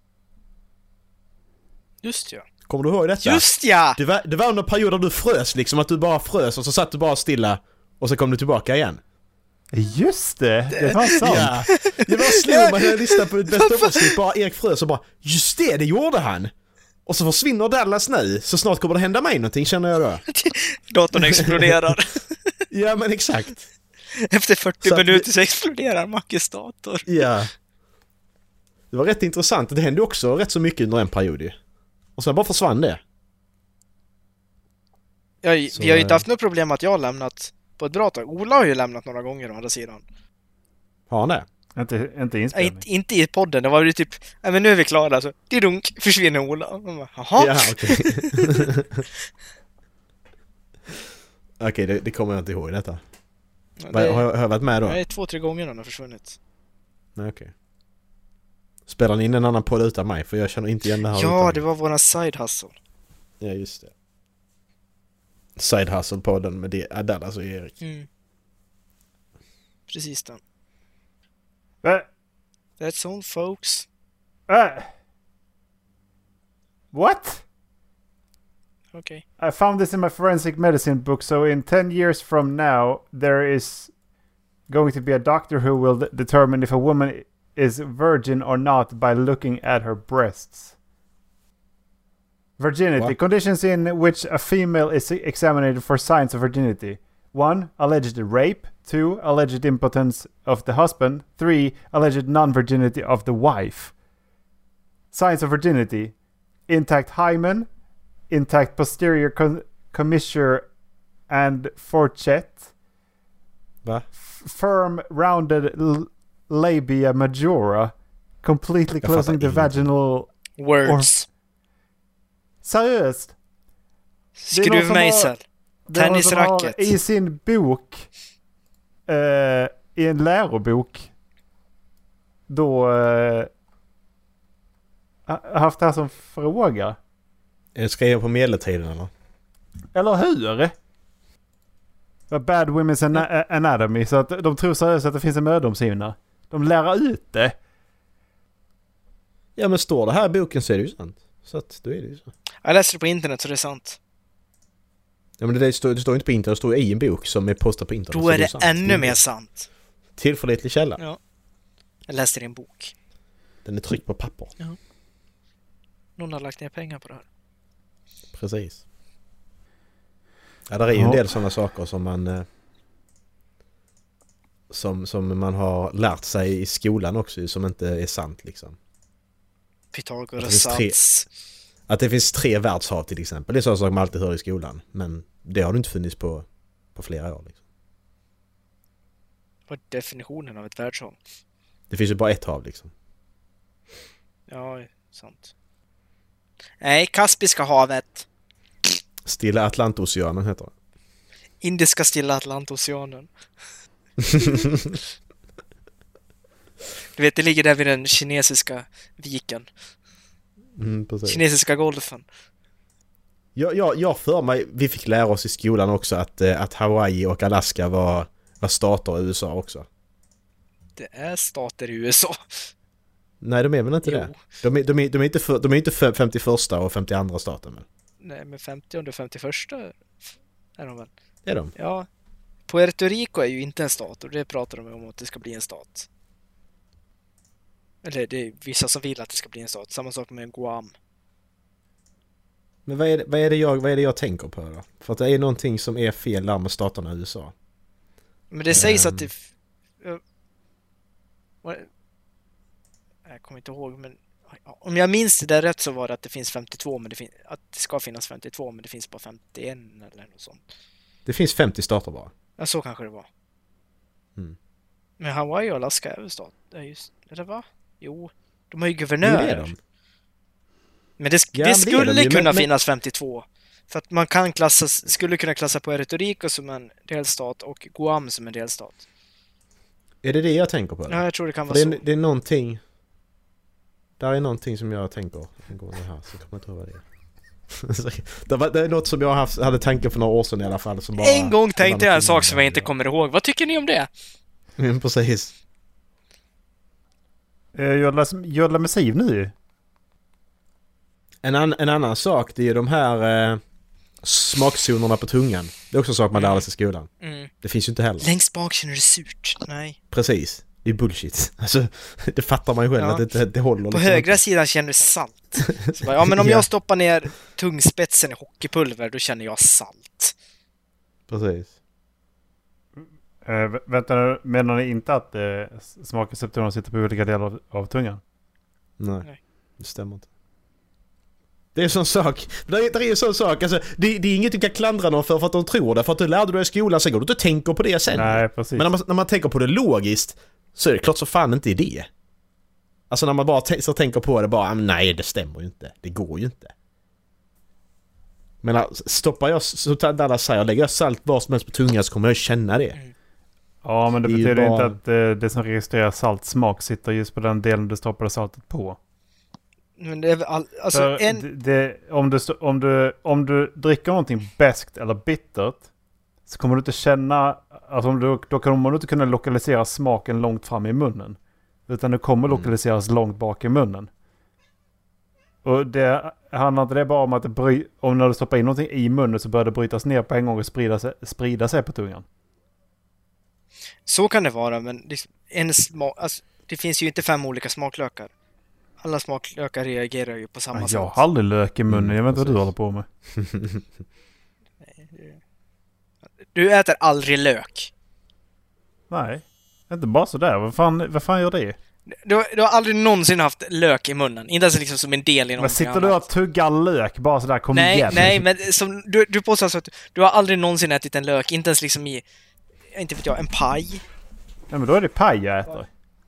Just ja. Kommer du ihåg detta? Just ja! Det var under perioder du frös liksom. Att du bara frös och så satt du bara stilla. Och så kom du tillbaka igen. Just det! Det var sant. Ja. Det var slog mig när jag lyssnade på ett bästa avsnitt. Bara Erik frös och bara, just det gjorde han! Och så försvinner Dallas nu. Så snart kommer det hända mig någonting, känner jag då. Datorn exploderar. Ja, men exakt. Efter 40 minuter så exploderar Mackes dator. Ja. Det var rätt intressant. Det hände också rätt så mycket under en period ju. Och sen bara försvann det. Vi har ju inte haft något problem att jag har lämnat på ett bra tag. Ola har ju lämnat några gånger å andra sidan. Har han det? Inte inspelning. Inte i podden. Det var ju typ, nej men nu är vi klara. Så dunk, försvinner Ola. Jaha. Ja, okej. Okej, det kommer jag inte ihåg detta. Har jag varit med då? Nej, 2-3 gånger han har försvunnit. Nej, okej. Spelar ni in en annan podd utan mig? För jag känner inte igen det här. Ja, det var våran side hustle. Ja, just det. Side hustle-podden med det Dallas och Erik. Mm. Precis den. That's all, folks. What? Okay. I found this in my forensic medicine book. So in 10 years from now, there is going to be a doctor who will determine if a woman is virgin or not by looking at her breasts. Virginity. What? Conditions in which a female is examined for signs of virginity. 1. Alleged rape. 2. Alleged impotence of the husband. 3. Alleged non-virginity of the wife. Signs of virginity. Intact hymen. Intact posterior commissure and fourchette. Va? Firm rounded labia majora. Completely closing the vaginal... Words. Seriöst? Skruvmejsel. Tennisracket. I sin bok, i en lärobok, då haft det här som fråga. Skrev på medeltiden eller? Eller hur? Bad Women's Anatomy. Så att de tror seriöst att det finns en mödomshinna. De lär ut det. Ja, men står det här i boken så är det ju sant. Så att då är det ju så. Jag läste det på internet så det är sant. Ja, men det står inte på internet. Det står i en bok som är postad på internet. Då är det sant. ännu mer sant. Tillförlitlig källa. Ja. Jag läste det i en bok. Den är tryckt på papper. Ja. Någon har lagt ner pengar på det här. Precis. Ja, det är ju en del sådana saker som man som man har lärt sig i skolan också som inte är sant liksom. Pythagoras sats. Att det finns 3 världshav till exempel. Det är sådana saker man alltid hör i skolan. Men det har det inte funnits på flera år liksom. Vad är definitionen av ett världshav? Det finns ju bara ett hav liksom. Ja, sant. Nej, Kaspiska havet. Stilla Atlantoceanen heter det. Indiska stilla Atlantoceanen. Du vet, det ligger där vid den kinesiska viken. Kinesiska golfen. Jag för mig, vi fick lära oss i skolan också att Hawaii och Alaska var stater i USA också. Det är stater i USA. Nej, de är väl inte det? De är inte 51 och 52 staten väl? Nej, men 50 och 51 är de väl? Är de? Ja. Puerto Rico är ju inte en stat och det pratar de om att det ska bli en stat. Eller det är vissa som vill att det ska bli en stat. Samma sak med Guam. Men vad är det jag tänker på då? För att det är någonting som är fel där med staterna i USA. Men det sägs att det... Jag kommer inte ihåg, men om jag minns det där rätt så var det att det finns 52, men att det ska finnas 52, men det finns bara 51 eller något sånt. Det finns 50 stater bara. Ja, så kanske det var. Mm. Men Hawaii och Alaska är väl stat? Eller va? Jo, de har ju guvernörer. Det är de. Men det skulle kunna finnas 52. För att man kan skulle kunna klassa Puerto Rico som en delstat och Guam som en delstat. Är det jag tänker på? Eller? Ja, jag tror det kan vara så. Det är någonting... Där är någonting som jag tänker angående här, så kommer jag inte ihåg vad det är. Det är något som jag hade tanken för några år sedan i alla fall. Som bara, en gång tänkte jag en sak som jag inte kommer ihåg. Vad tycker ni om det? Precis. Jag lär mig siv nu. En annan sak, det är ju de här smakzonerna på tungan. Det är också en sak man lärde sig i skolan. Mm. Det finns ju inte heller. Längst bak känner du surt. Nej. Precis. Det är bullshit. Alltså, det fattar man ju själv att det håller. På högra sidan känner du salt. Så bara, ja, men om jag stoppar ner tungspetsen i hockeypulver, då känner jag salt. Precis. Vänta, menar ni inte att smakreceptorerna sitter på olika delar av tungan? Nej. Det stämmer inte. Det är en sån sak. Det är en sån sak. Alltså, det är inget du kan klandra någon för att de tror det. För att du lärde dig i skolan, sen går du inte och tänker på det sen. Nej, precis. Men när man tänker på det logiskt, så är det klart så fan inte det. Alltså när man bara så tänker på det, bara nej, det stämmer ju inte. Det går ju inte. Men stoppar jag, så alla säger, lägger jag salt var som helst på tungan, så kommer jag känna det. Ja, men det betyder inte att det som registrerar saltsmak sitter just på den delen du stoppar saltet på. Men det är väl alltså om du dricker någonting beskt eller bittert, så kommer du inte känna, alltså då kommer du inte kunna lokalisera smaken långt fram i munnen, utan det kommer lokaliseras långt bak i munnen. Och det handlar inte det bara om att om när du stoppar in någonting i munnen, så börjar det brytas ner på en gång och sprida sig på tungan. Så kan det vara, men det finns ju inte 5 olika smaklökar. Alla smaklökar reagerar ju på samma sätt. Jag har aldrig lök i munnen. Jag vet inte vad du håller på med. Du äter aldrig lök. Nej, inte bara sådär. Vad fan gör det? Du har aldrig någonsin haft lök i munnen. Inte ens liksom som en del i någonting. Men sitter du och tuggar lök bara sådär? Kom igen. Nej, men som, du påstår alltså att du har aldrig någonsin ätit en lök. Inte ens liksom i, inte vet jag, en paj. Nej, men då är det paj jag äter.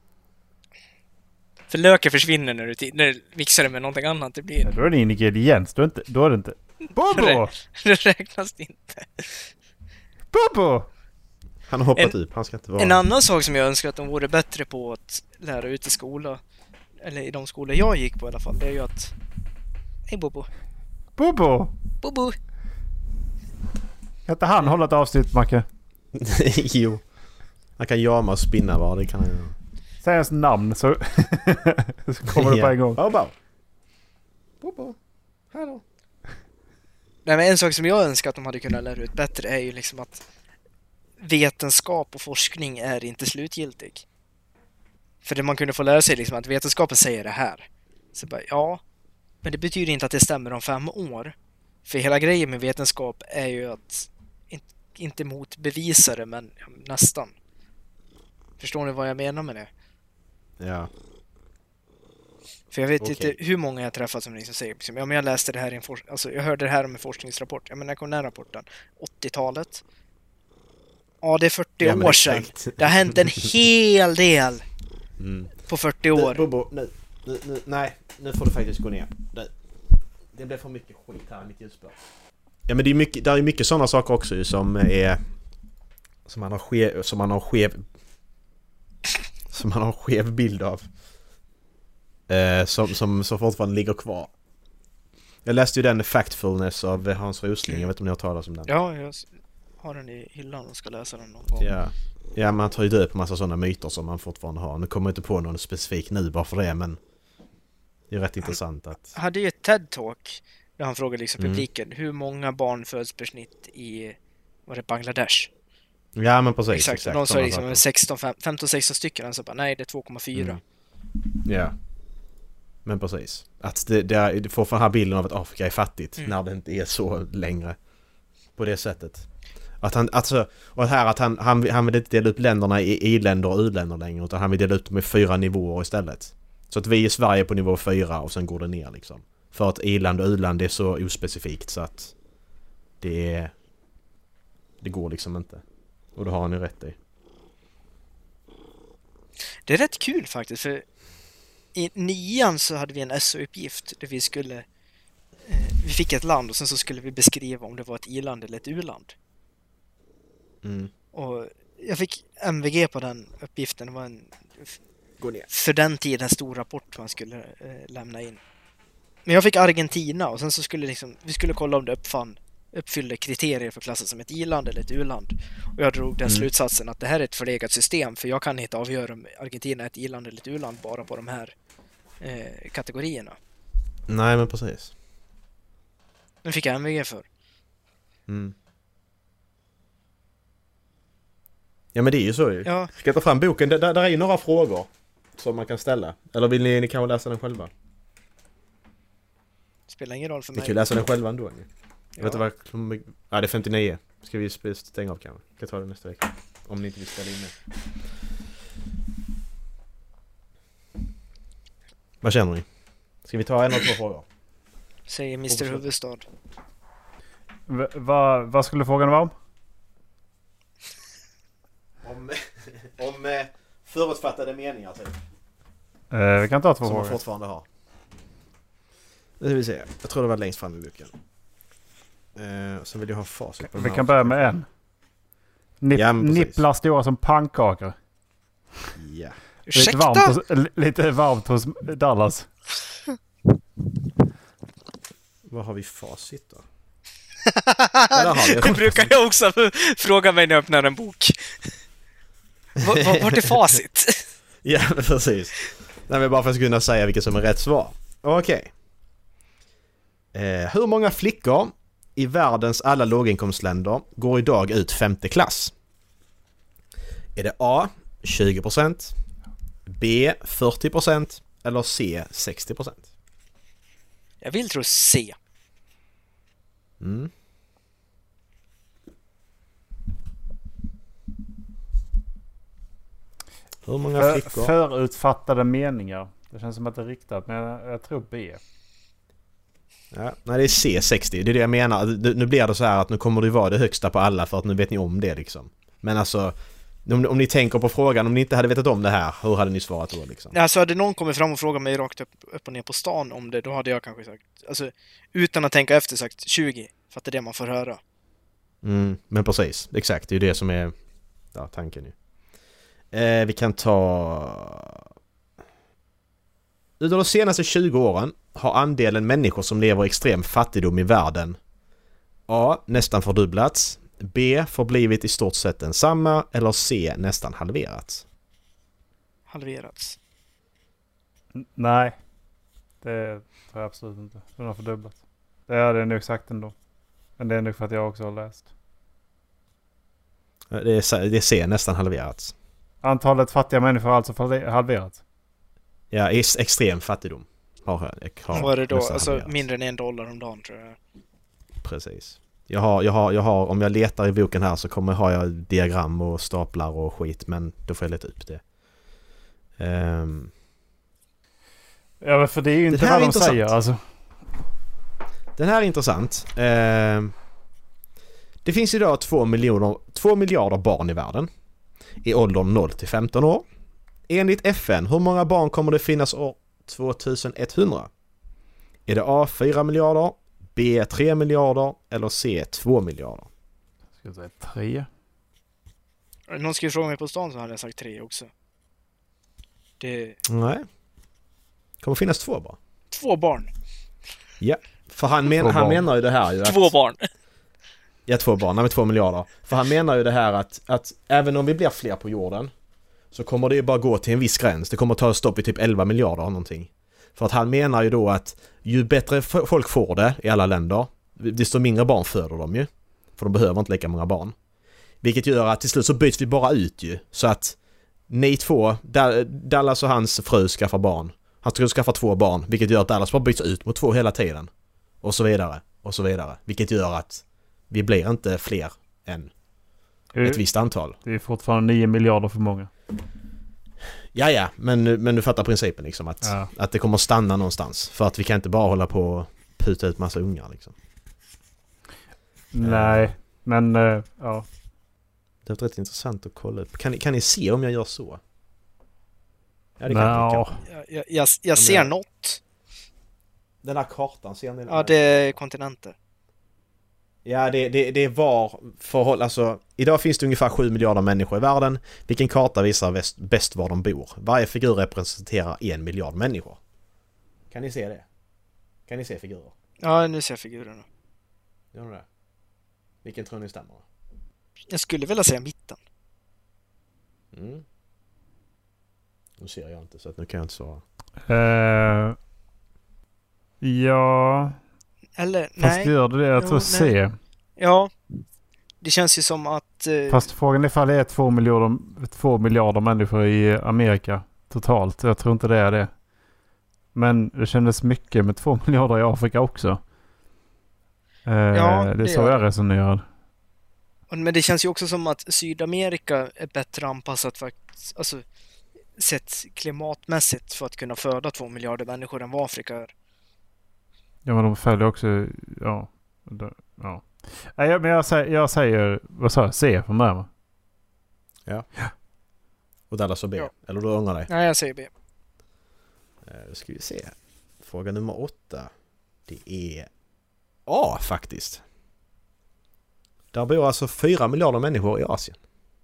För löken försvinner när du mixar det med någonting annat. Det blir... Ja, då är det en ingrediens. Då är det inte... Bobo! Det räknas inte. Bobo! Han har hoppat upp. Han ska inte vara... En annan sak som jag önskar att de vore bättre på att lära ut i skola, eller i de skolor jag gick på i alla fall, det är ju att... Hej Bobo. Bobo! Bobo! Kan inte han hålla ett avsnitt, Macke? Jo. Han kan jama och spinna, va? Det kan han göra. Säg ens namn så kommer det på en gång. Bobo. Hallå. Nej, men en sak som jag önskar att de hade kunnat lära ut bättre är ju liksom att vetenskap och forskning är inte slutgiltig. För det man kunde få lära sig liksom att vetenskapen säger det här. Så bara, ja, men det betyder inte att det stämmer om 5 år. För hela grejen med vetenskap är ju att inte motbevisa det, men nästan. Förstår ni vad jag menar med det? Ja. För jag vet inte hur många jag träffat som liksom säger liksom, ja, men jag läste det här i en jag hörde det här om en forskningsrapport. Ja, men när kom den rapporten? 80-talet? Ja, det är 40 år sedan. Det har hänt en hel del på 40 år. Bobo, nu får du faktiskt gå ner. Det blir för mycket skit här i mitt ljusspår. Ja, men det är mycket sådana saker också som man har skev bild av. Som fortfarande ligger kvar. Jag läste ju den Factfulness av Hans Rosling. Jag vet inte om ni har talat om den. Ja, jag har den i hyllan och ska läsa den någon gång. Ja, man tar ju död på massa sådana myter som man fortfarande har. Nu kommer jag inte på någon specifik nu bara för det, men det är rätt intressant att... Han hade ju ett TED-talk där han frågade liksom publiken hur många barn föds per snitt i Bangladesh. Ja, men precis. Exakt. De sa liksom 15-16 stycken. Så bara, nej, det är 2,4. Ja. Men precis. Att det får för den här bilden av att Afrika är fattigt när det inte är så längre. På det sättet. Att han, alltså, och här att han vill inte dela upp länderna i i-länder och u-länder längre, utan han vill dela upp dem i 4 nivåer istället. Så att vi i Sverige är på nivå 4 och sen går det ner liksom. För att i-land och u-land är så ospecifikt så att det går liksom inte. Och det har han ju rätt i. Det är rätt kul faktiskt, för i 9:an så hade vi en SO-uppgift där vi skulle vi fick ett land och sen så skulle vi beskriva om det var ett i-land eller ett u-land. Och jag fick MVG på den uppgiften. Det var för den tiden en stor rapport man skulle lämna in. Men jag fick Argentina och sen så skulle vi skulle kolla om det uppfyllde kriterier för klassen som ett i-land eller ett u-land. Och jag drog den slutsatsen att det här är ett förlegat system, för jag kan inte avgöra om Argentina är ett i-land eller ett u-land bara på de här kategorierna. Nej, men precis. Den fick jag MVG för. Ja, men det är ju så ju. Ja. Ska jag ta fram boken? Där är ju några frågor som man kan ställa. Eller vill ni kanske läsa den själva? Spelar ingen roll för mig. Ni kan ju läsa den själva ändå. Jag vet inte vad... Ja, det är 59. Ska vi stänga av kanske? Jag kan ta det nästa vecka. Om ni inte vill ställa in det. Vad känner ni? Ska vi ta en eller 2 frågor? Säger Mr. Huvudstad. Vad skulle frågan vara om? Om förutfattade meningar typ. Vi kan ta 2 frågor. Som man fortfarande har. Det vill säga. Jag tror det var längst fram i boken. Sen vill jag ha facit på vi kan börja med en. Nipplar stora som pannkakor. Ja. Lite varmt hos Dallas. Vad har vi facit då? Det brukar jag också fråga mig när jag öppnar en bok. Vart är facit? Ja, precis. Nej, men bara för att kunna säga vilket som är rätt svar. Okej. Hur många flickor i världens alla låginkomstländer går idag ut 5:e klass? Är det A 20%, B 40% eller C 60%? Jag vill tro C. Hur många flickor? Förutfattade meningar. Det känns som att det är riktat, men jag tror B. Ja, nej, det är C60. Det är det jag menar. Nu blir det så här att nu kommer det vara det högsta på alla för att nu vet ni om det liksom. Men alltså, om ni tänker på frågan, om ni inte hade vetat om det här, hur hade ni svarat då liksom? Alltså hade någon kommit fram och frågat mig rakt upp och ner på stan om det, då hade jag kanske sagt, alltså utan att tänka efter sagt 20, för att det är det man får höra. Men precis, exakt. Det är ju det som är tanken ju. Vi kan ta... Under de senaste 20 åren har andelen människor som lever i extrem fattigdom i världen A. nästan fördubblats, B. förblivit i stort sett densamma eller C. nästan halverats. Halverats. Nej, det tror jag absolut inte. Den har fördubblats. Det är det nog sagt ändå. Men det är nog för att jag också har läst. Det är C. nästan halverats. Antalet fattiga människor har alltså halverats. Ja, extrem fattigdom. Vad är det då? Alltså mindre än $1 om dagen tror jag. Precis. Jag har, om jag letar i boken här så har jag diagram och staplar och skit, men då får jag leta upp det. Ja, men för det är ju inte vad de säger alltså. Den här är intressant. Det finns idag 2 miljarder barn i världen i åldern 0 till 15 år. Enligt FN, hur många barn kommer det finnas år 2100? Är det A 4 miljarder, B 3 miljarder eller C 2 miljarder? Ska jag säga 3? Någon skulle fråga mig på stan så hade jag sagt 3 också. Nej. Kommer finnas 2 barn. 2 barn? Ja, för han menar ju det här ju att... 2 barn? Ja, 2 barn, med 2 miljarder. För han menar ju det här att även om vi blir fler på jorden så kommer det ju bara gå till en viss gräns. Det kommer att ta stopp i typ 11 miljarder eller någonting. För att han menar ju då att ju bättre folk får det i alla länder, desto mindre barn föder de ju. För de behöver inte lika många barn. Vilket gör att till slut så byts vi bara ut ju. Så att ni två, Dallas och hans fru skaffar barn. Han ska skaffa 2 barn, vilket gör att Dallas bara byts ut mot 2 hela tiden. Och så vidare, och så vidare. Vilket gör att vi blir inte fler än ett visst antal. Det är fortfarande 9 miljarder för många. Ja, men du fattar principen liksom. Att det kommer att stanna någonstans. För att vi kan inte bara hålla på och puta ut massa ungar liksom. Nej, men ja. Det är rätt intressant att kolla upp. Kan ni se om jag gör så? Ja, det kan jag ser något. Den här kartan, ser ni? Ja, det är kontinenter. Ja, det var förhåll. Alltså, idag finns det ungefär 7 miljarder människor i världen. Vilken karta visar bäst var de bor? Varje figur representerar 1 miljard människor. Kan ni se det? Kan ni se figurer? Ja, nu ser jag figurerna. Gör ni det? Vilken tror ni stämmer? Jag skulle vilja säga mitten. Nu ser jag inte, så att nu kan jag inte svara. Ja. Eller, fast nej. Gör det jag tror se. Ja. Det känns ju som att... Fast frågan är ifall det är 2 miljarder människor i Amerika totalt. Jag tror inte det är det. Men det kändes mycket med 2 miljarder i Afrika också. Det är så jag resonerar. Men det känns ju också som att Sydamerika är bättre anpassat faktiskt, alltså sett klimatmässigt för att kunna föda 2 miljarder människor än vad Afrika är. Ja, men de följer också, ja. Nej, men jag säger, vad sa jag? C för mig, va? Ja. Och Dallas och B. Ja. Eller du ångrar dig? Nej, jag säger B. Då ska vi se. Fråga nummer 8. Det är A faktiskt. Där bor alltså 4 miljarder människor i Asien.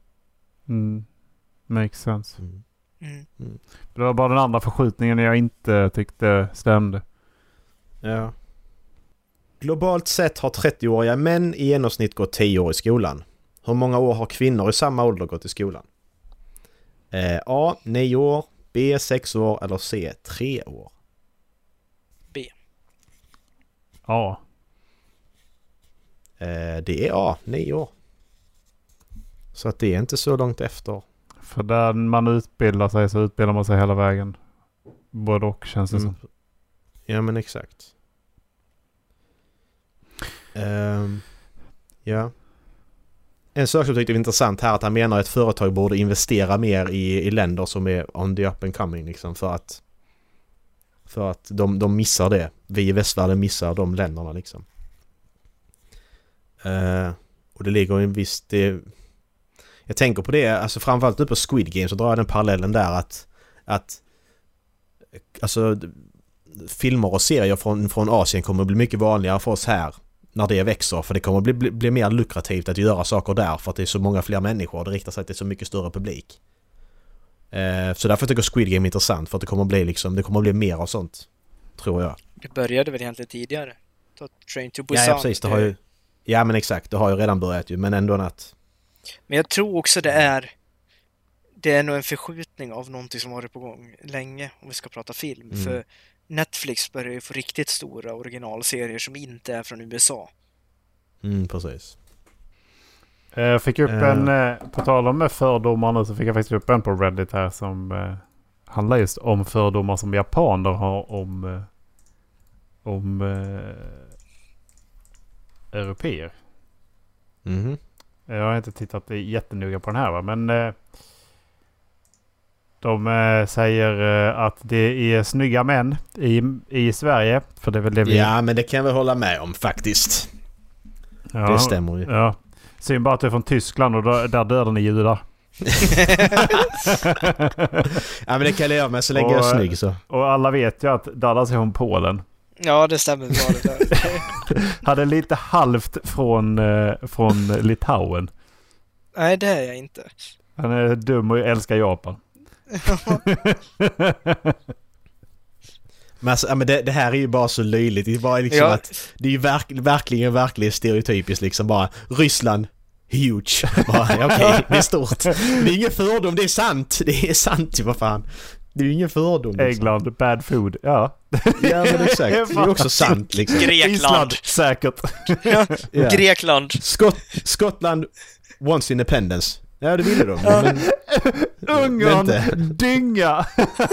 Makes sense. Det var bara den andra förskjutningen jag inte tyckte stämde. Ja. Globalt sett har 30-åriga män i genomsnitt gått 10 år i skolan. Hur många år har kvinnor i samma ålder gått i skolan? A. 9 år. B. 6 år. Eller C. 3 år. B. A. Det är A. 9 år. Så att det är inte så långt efter. För där man utbildar sig så utbildar man sig hela vägen. Både och känns det som. Ja, men exakt. Ja. En sak som jag tyckte var intressant här, att han menar att företag borde investera mer i länder som är on the up and coming liksom, för att de missar det. Vi i västvärlden missar de länderna liksom. Och det ligger en viss... Jag tänker på det, alltså framförallt upp på Squid Game så drar jag den parallellen där att alltså filmer och serier från Asien kommer att bli mycket vanligare för oss här när det växer, för det kommer att bli mer lukrativt att göra saker där för att det är så många fler människor och det riktar sig till så mycket större publik. Så därför tycker jag Squid Game är intressant, för att det kommer att bli mer av sånt, tror jag. Det började väl egentligen tidigare. Train to Busan. Ja, precis, det har ju... Ja, men exakt, det har ju redan börjat ju, men ändå att... Men jag tror också det är nog en förskjutning av någonting som varit på gång länge, om vi ska prata film. För Netflix börjar ju få riktigt stora originalserier som inte är från USA. Precis. Jag fick upp en, på tal om fördomar nu, så fick jag faktiskt upp en på Reddit här som handlar just om fördomar som japaner har om europeer. Jag har inte tittat jättenoga på den här, va? Men de säger att det är snygga män i Sverige, för det är väl det vi... Ja, men det kan jag väl hålla med om faktiskt. Ja, det stämmer ju. Ja. Synd bara att du är från Tyskland och där dödar ni judar. Ja, men det kan jag leva med så länge jag är snygg så. Och alla vet ju att Dallas är från Polen. Ja, det stämmer bra det där. Hade lite halvt från Litauen. Nej, det är jag inte. Han är dum och älskar Japan. Men, alltså, men det här är ju bara så löjligt. Det är bara liksom att det är ju verkligen stereotypiskt liksom, bara Ryssland huge. Okej, det är stort. Det är ingen fördom, det är sant. Det är sant, vad fan. Det är ju ingen fördom. Liksom. England, bad food. Ja, men exakt. Det är också sant liksom. Grekland. Island, säkert. Ja. Grekland. Skottland once independence. Ja, det ville de. Men Ungern, dynga!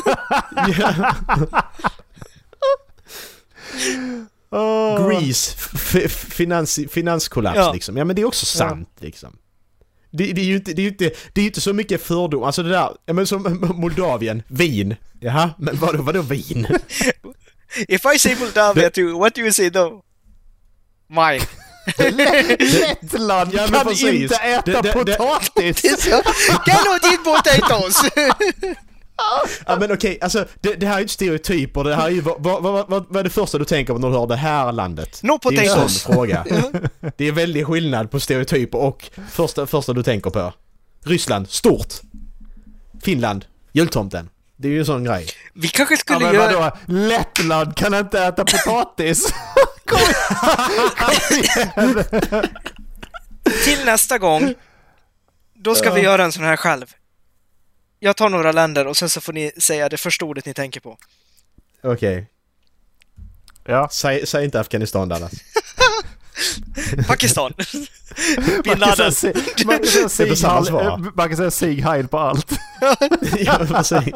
Greece, finanskollaps liksom. Ja, men det är också sant liksom. Det är ju inte så mycket fördom. Alltså det där, ja, men som Moldavien, vin. Jaha, men vadå vin? If I say Moldavia too, what do you say though? Mine. Lettland kan precis. inte äta potatis. Cannot eat potatoes. Ja, men okej, alltså det här är ju stereotyper. Det här är ju, vad är det första du tänker på när du hör det här landet? No potatoes. Det är en sån fråga. Det är väldigt skillnad på stereotyper och första du tänker på. Ryssland, stort. Finland, jultomten. Det är ju en sån grej. Vi kanske skulle men göra... vadå? Lettland kan inte äta potatis. Kom igen. Till nästa gång, då ska vi göra en sån här själv. Jag tar några länder och sen så får ni säga det första ordet ni tänker på. Okej. Ja. Säg inte Afghanistan, Dallas. Pakistan. Bin Laden. Man kan säga Sig Heil på allt. Ja, precis.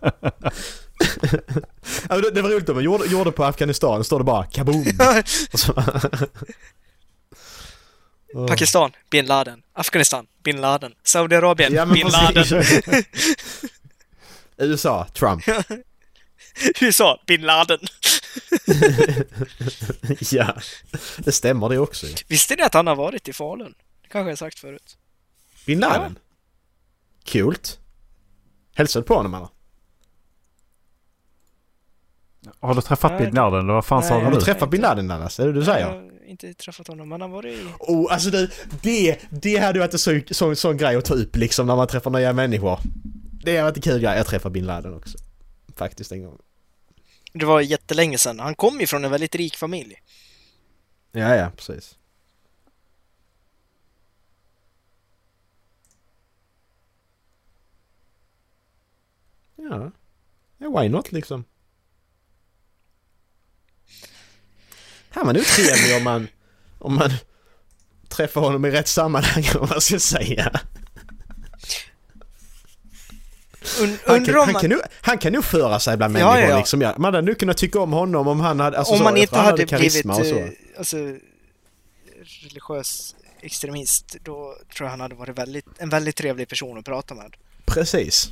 Det var roligt om jag gjorde på Afghanistan. Står det bara kaboom. Pakistan, Bin Laden. Afghanistan, Bin Laden. Saudiarabien, Bin Laden. USA, Trump. USA, Bin Laden. Ja, det stämmer det också. Visste ni att han har varit i Falun? Det kanske jag sagt förut. Bin Laden? Ja. Coolt. Hälsade på honom eller? Har du träffat Bin Laden? Vad fan sa du? Har du träffat Bin Laden annars? Är det du säger? Jag har inte träffat honom, men han var i... Alltså det hade varit en sån grej att ta upp liksom när man träffar nya människor. Det har varit en kul grej. Jag träffade Bin Laden också. Faktiskt en gång. Det var jättelänge sedan. Han kom ju från en väldigt rik familj. Ja, precis. Ja, why not liksom? Han var nog trevlig om man träffar honom i rätt sammanhang, om man ska säga. Han kan nog föra sig bland människor. Ja. Liksom. Man hade nu kunnat tycka om honom om han hade... Alltså, om man inte hade blivit religiös extremist, då tror jag han hade varit en väldigt trevlig person att prata med. Precis.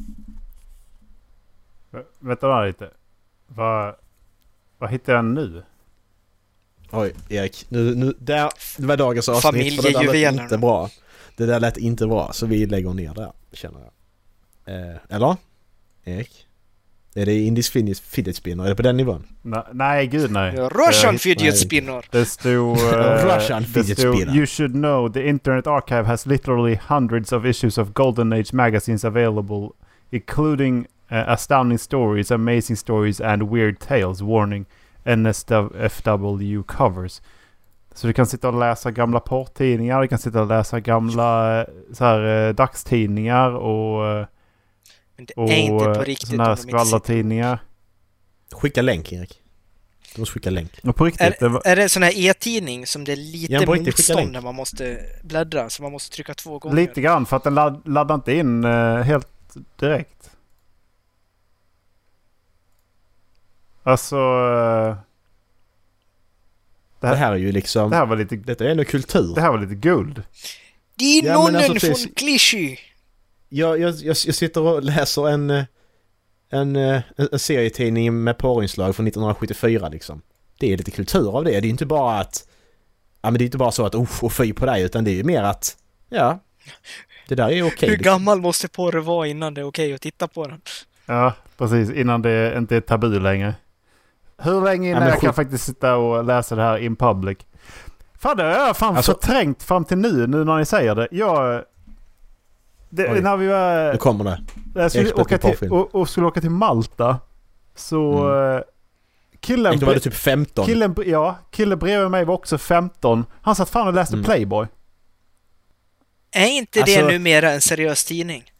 Vänta lite. Vad hittar jag nu? Oj, Erik. Nu det var dagens avsnitt, för det där lät inte bra. Det där lät inte bra, så vi lägger ner där, känner jag. Eller? Erik? Är det indisk fidget spinner? Är det på den nivån? Nej, gud nej. Russian fidget spinner. Det stod... Russian fidget spinner. You should know the Internet Archive has literally hundreds of issues of Golden Age magazines available, including astounding stories, amazing stories and weird tales. Warning, NSFW covers. Så du kan sitta och läsa gamla porttidningar, du kan sitta och läsa gamla så här, dagstidningar och inte på riktigt såna här skvallertidningar. Skicka länk, Erik. Du måste skicka länk. Och på riktigt, är det sån här e-tidning som det är lite motstånd när man måste bläddra, så man måste trycka 2 gånger? Lite grann, för att den laddar inte in helt direkt. Alltså... Det här är ju liksom... Detta är ändå kultur. Det här var lite guld. Din nonnen från Clichy. Jag sitter och läser en serietidning med porrinslag från 1974 liksom. Det är lite kultur av det. Det är inte bara att... Ja, men det är inte bara så att och fy på dig, utan det är ju mer att... Ja, det där är okej. Hur gammal måste porr vara innan det är okej att titta på den? Ja, precis. Innan det inte är tabu längre. Hur länge innan jag kan faktiskt sitta och läsa det här in public? Fan, det har jag förträngt fram till nu när ni säger det. När vi var... Nu kommer det. Jag skulle åka till Malta. Så... Killen... Då var det typ 15. Killen bredvid mig var också 15. Han satt fan och läste Playboy. Är inte det numera en seriös tidning?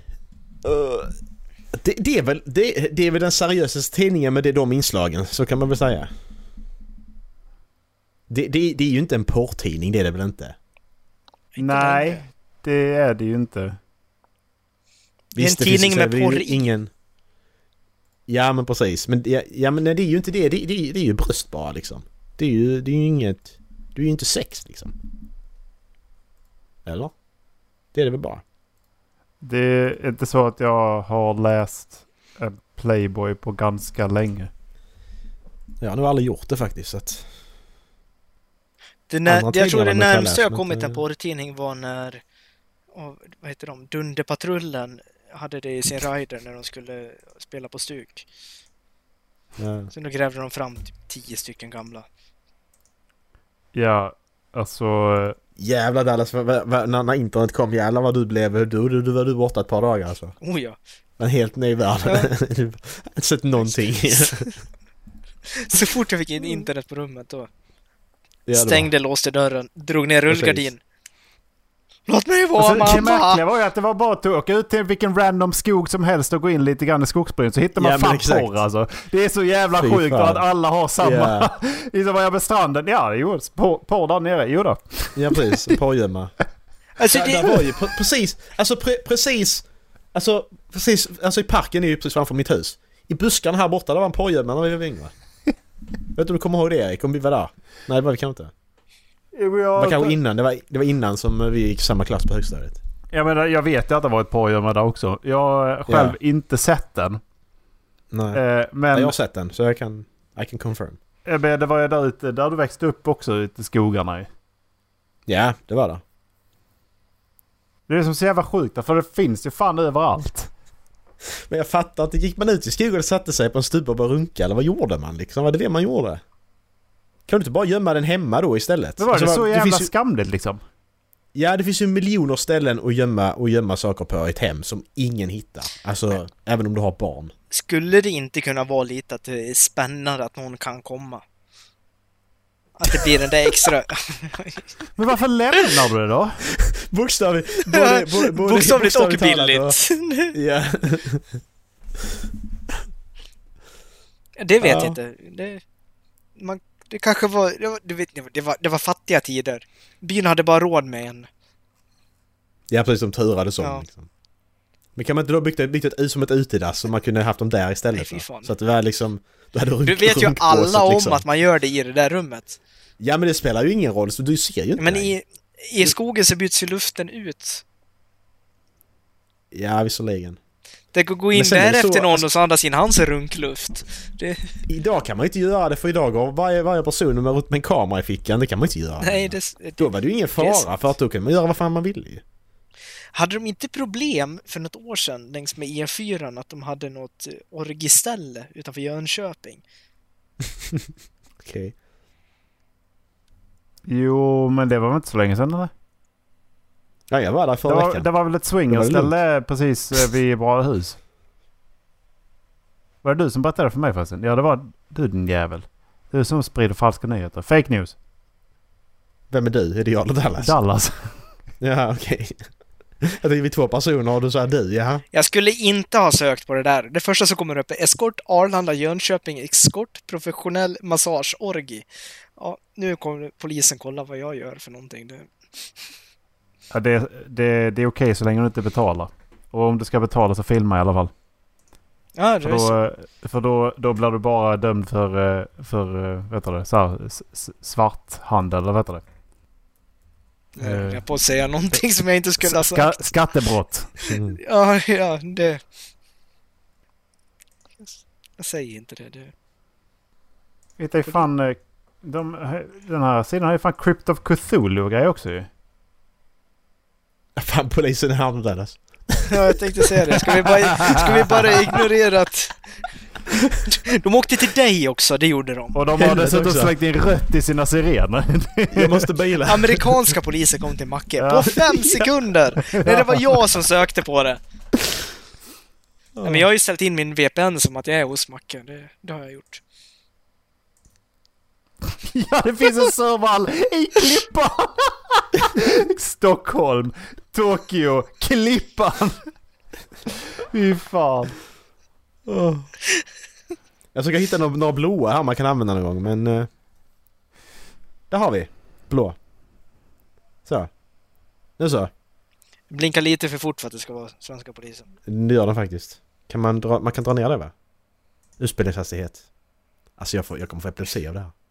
Det är väl den seriösaste tidningen med de inslagen, så kan man väl säga. Det är ju inte en porrtidning, det är det väl inte? Nej, det är det ju inte. Det är en tidning med porr. Ingen... Ja, men precis. Men, men det är ju inte det. Det är ju bröst bara liksom. Det är ju inget... Det är ju inte sex liksom. Eller? Det är det väl bara. Det är inte så att jag har läst en Playboy på ganska länge. Ja, nu har alla gjort det faktiskt. Så att... Jag tror det närmaste jag kommit en porrtidning var när... vad heter de? Dunderpatrullen hade det i sin rider när de skulle spela på stuk. Ja. Så då grävde de fram typ 10 stycken gamla. Ja, alltså... Jävlar Dallas, när internet kom, jävlar vad du blev. Du var borta ett par dagar alltså. Oh ja. En helt ny värld. Ja. Du har inte sett någonting. Så fort jag fick in internet på rummet då. Ja, Stängde, låste dörren, drog ner rullgardin. Låt mig vara, alltså, mamma! Det märkliga var ju att det var bara att åka ut till vilken random skog som helst och gå in lite grann i skogsbrynet så hittar man fan porr alltså. Det är så jävla sjukt att alla har samma. Yeah. Liksom var jag på stranden. Ja, jo, porr där nere. Jo då. Ja, precis. Porrgömma. Alltså det var ju precis. Alltså i parken är ju precis framför mitt hus. I buskarna här borta, där var en porrgömma när vi var yngre. Vet du kommer ihåg det, Erik? Om vi var där? Nej, det var vi kanske inte. Det var kanske innan. Det var innan som vi gick samma klass på högstadiet. Jag vet ju att det var ett porrgömma där också. Jag har själv inte sett den. Nej. Men jag har sett den, så I can confirm. Det var ju där ute, där du växte upp också ute i skogarna. Ja, det var det. Det är som så jävla sjukt, för det finns ju fan överallt. Men jag fattar att det gick man ut i skogen och satte sig på en stupa och bara runka, eller vad gjorde man liksom? Var det man gjorde? Kan du inte bara gömma den hemma då istället? Det var alltså, det så jävla skamligt liksom. Ja, det finns ju miljoner ställen att gömma saker på i ett hem som ingen hittar. Alltså, även om du har barn. Skulle det inte kunna vara lite att det är spännande att någon kan komma? Att det blir den där extra... Men varför lämnar du det då? Bokstavligt och billigt. Ja. Det vet jag inte. Det kanske var... Det var fattiga tider. Byn hade bara råd med en. Ja, precis som turade så. Ja. Liksom. Men kan man inte då byggt ett som ett utedass så man kunde haft dem där istället? Nej, så att det var liksom... Du vet ju alla om att man gör det i det där rummet. Ja, men det spelar ju ingen roll, så du ser ju inte. Men i skogen så byts ju luften ut. Ja, visserligen. Det går gå in där efter någon och så andas in hans runkluft. Idag kan man inte göra det, för idag går varje person med en kamera i fickan. Det kan man inte göra. Nej, då var det ju ingen fara, för att då kan man göra vad fan man vill ju. Hade de inte problem för något år sedan längs med E4 att de hade något orgiställe utanför Jönköping? Okej. Jo, men det var väl inte så länge sedan eller? Ja, jag var där förra veckan. Det var väl ett swingerställe precis vid Bra hus. Var det du som berättade för mig förresten? Ja, det var du din jävel. Du som sprider falska nyheter. Fake news. Vem är du? Är det jag eller Dallas? Dallas. Ja, okej. Jag tänkte vi 2 personer och du sa du, ja. Jag skulle inte ha sökt på det där. Det första som kommer upp är Eskort, Arlanda, Jönköping, Eskort, professionell massage, orgi. Ja, nu kommer polisen kolla vad jag gör för någonting. Ja, det är okej så länge du inte betalar. Och om du ska betala så filma i alla fall. Ja, det för då blir du bara dömd för vet du det, så här, svarthandel eller vet du det. Jag på att säga någonting som jag inte skulle ha sagt. Skattebrott. Mm. Ja, det... Jag säger inte det. Vet du fan... Den här sidan har ju fan Crypt of Cthulhu och grejer också ju. Fan, polisen är hamnad där alltså. Ja, jag tänkte säga det. Ska vi bara ignorera att... De åkte till dig också, det gjorde de. Och de har dessutom släckt in rött i sina sirener. Jag måste bila. Amerikanska poliser kom till Macke på 5 sekunder. Nej, det var jag som sökte på det. Ja, men jag har ju ställt in min VPN som att jag är hos Macke. Det har jag gjort. Ja, det finns en serval i Klippan. Stockholm, Tokyo, Klippan. Fy fan. Jag ska hitta några blåa här man kan använda någon gång, men där har vi blå. Så. Nu så. Blinkar lite för fort för att det ska vara svenska polisen. Det gör den faktiskt. Man kan dra ner det, va? Utspelningshastighet. Alltså jag kommer få epilepsi av det här.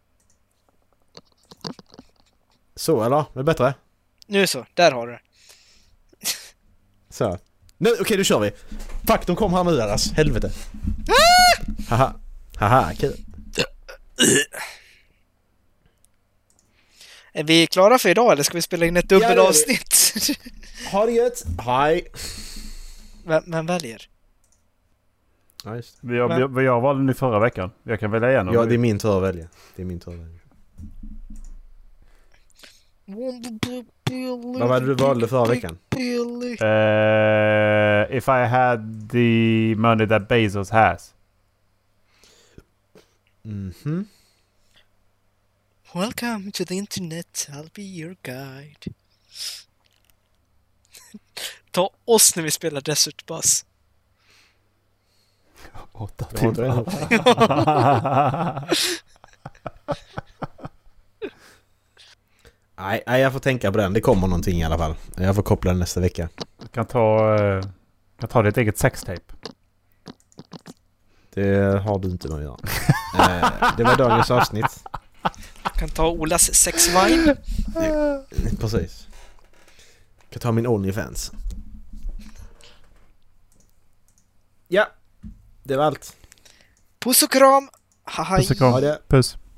Så, eller? Är det bättre? Nu så, där har du det. Så. Nu, okej, då kör vi. Fuck, de kom här nu deras. Helvete. Haha. Haha, kul. Är vi klara för idag eller ska vi spela in ett dubbelavsnitt? Ha det gött. Hej. Vem väljer? Ja, just det. Jag valde den i förra veckan. Jag kan välja igen. Ja, det är min tur att välja. Vad var det du valde förra veckan? If I had the money that Bezos has. Mhm. Welcome to the internet, I'll be your guide. Ta oss när vi spelar Desert Bus. 8 Det var inte timmar. Nej, jag får tänka på den. Det kommer någonting i alla fall. Jag får koppla den nästa vecka. Du kan ta ditt eget sextape. Det har du inte med att göra. Det var dagens avsnitt. Kan ta Olas sexvine. Precis. Jag kan ta min OnlyFans. Ja, det var allt. Puss och kram. Hej. Puss och kram. Ha det. Puss.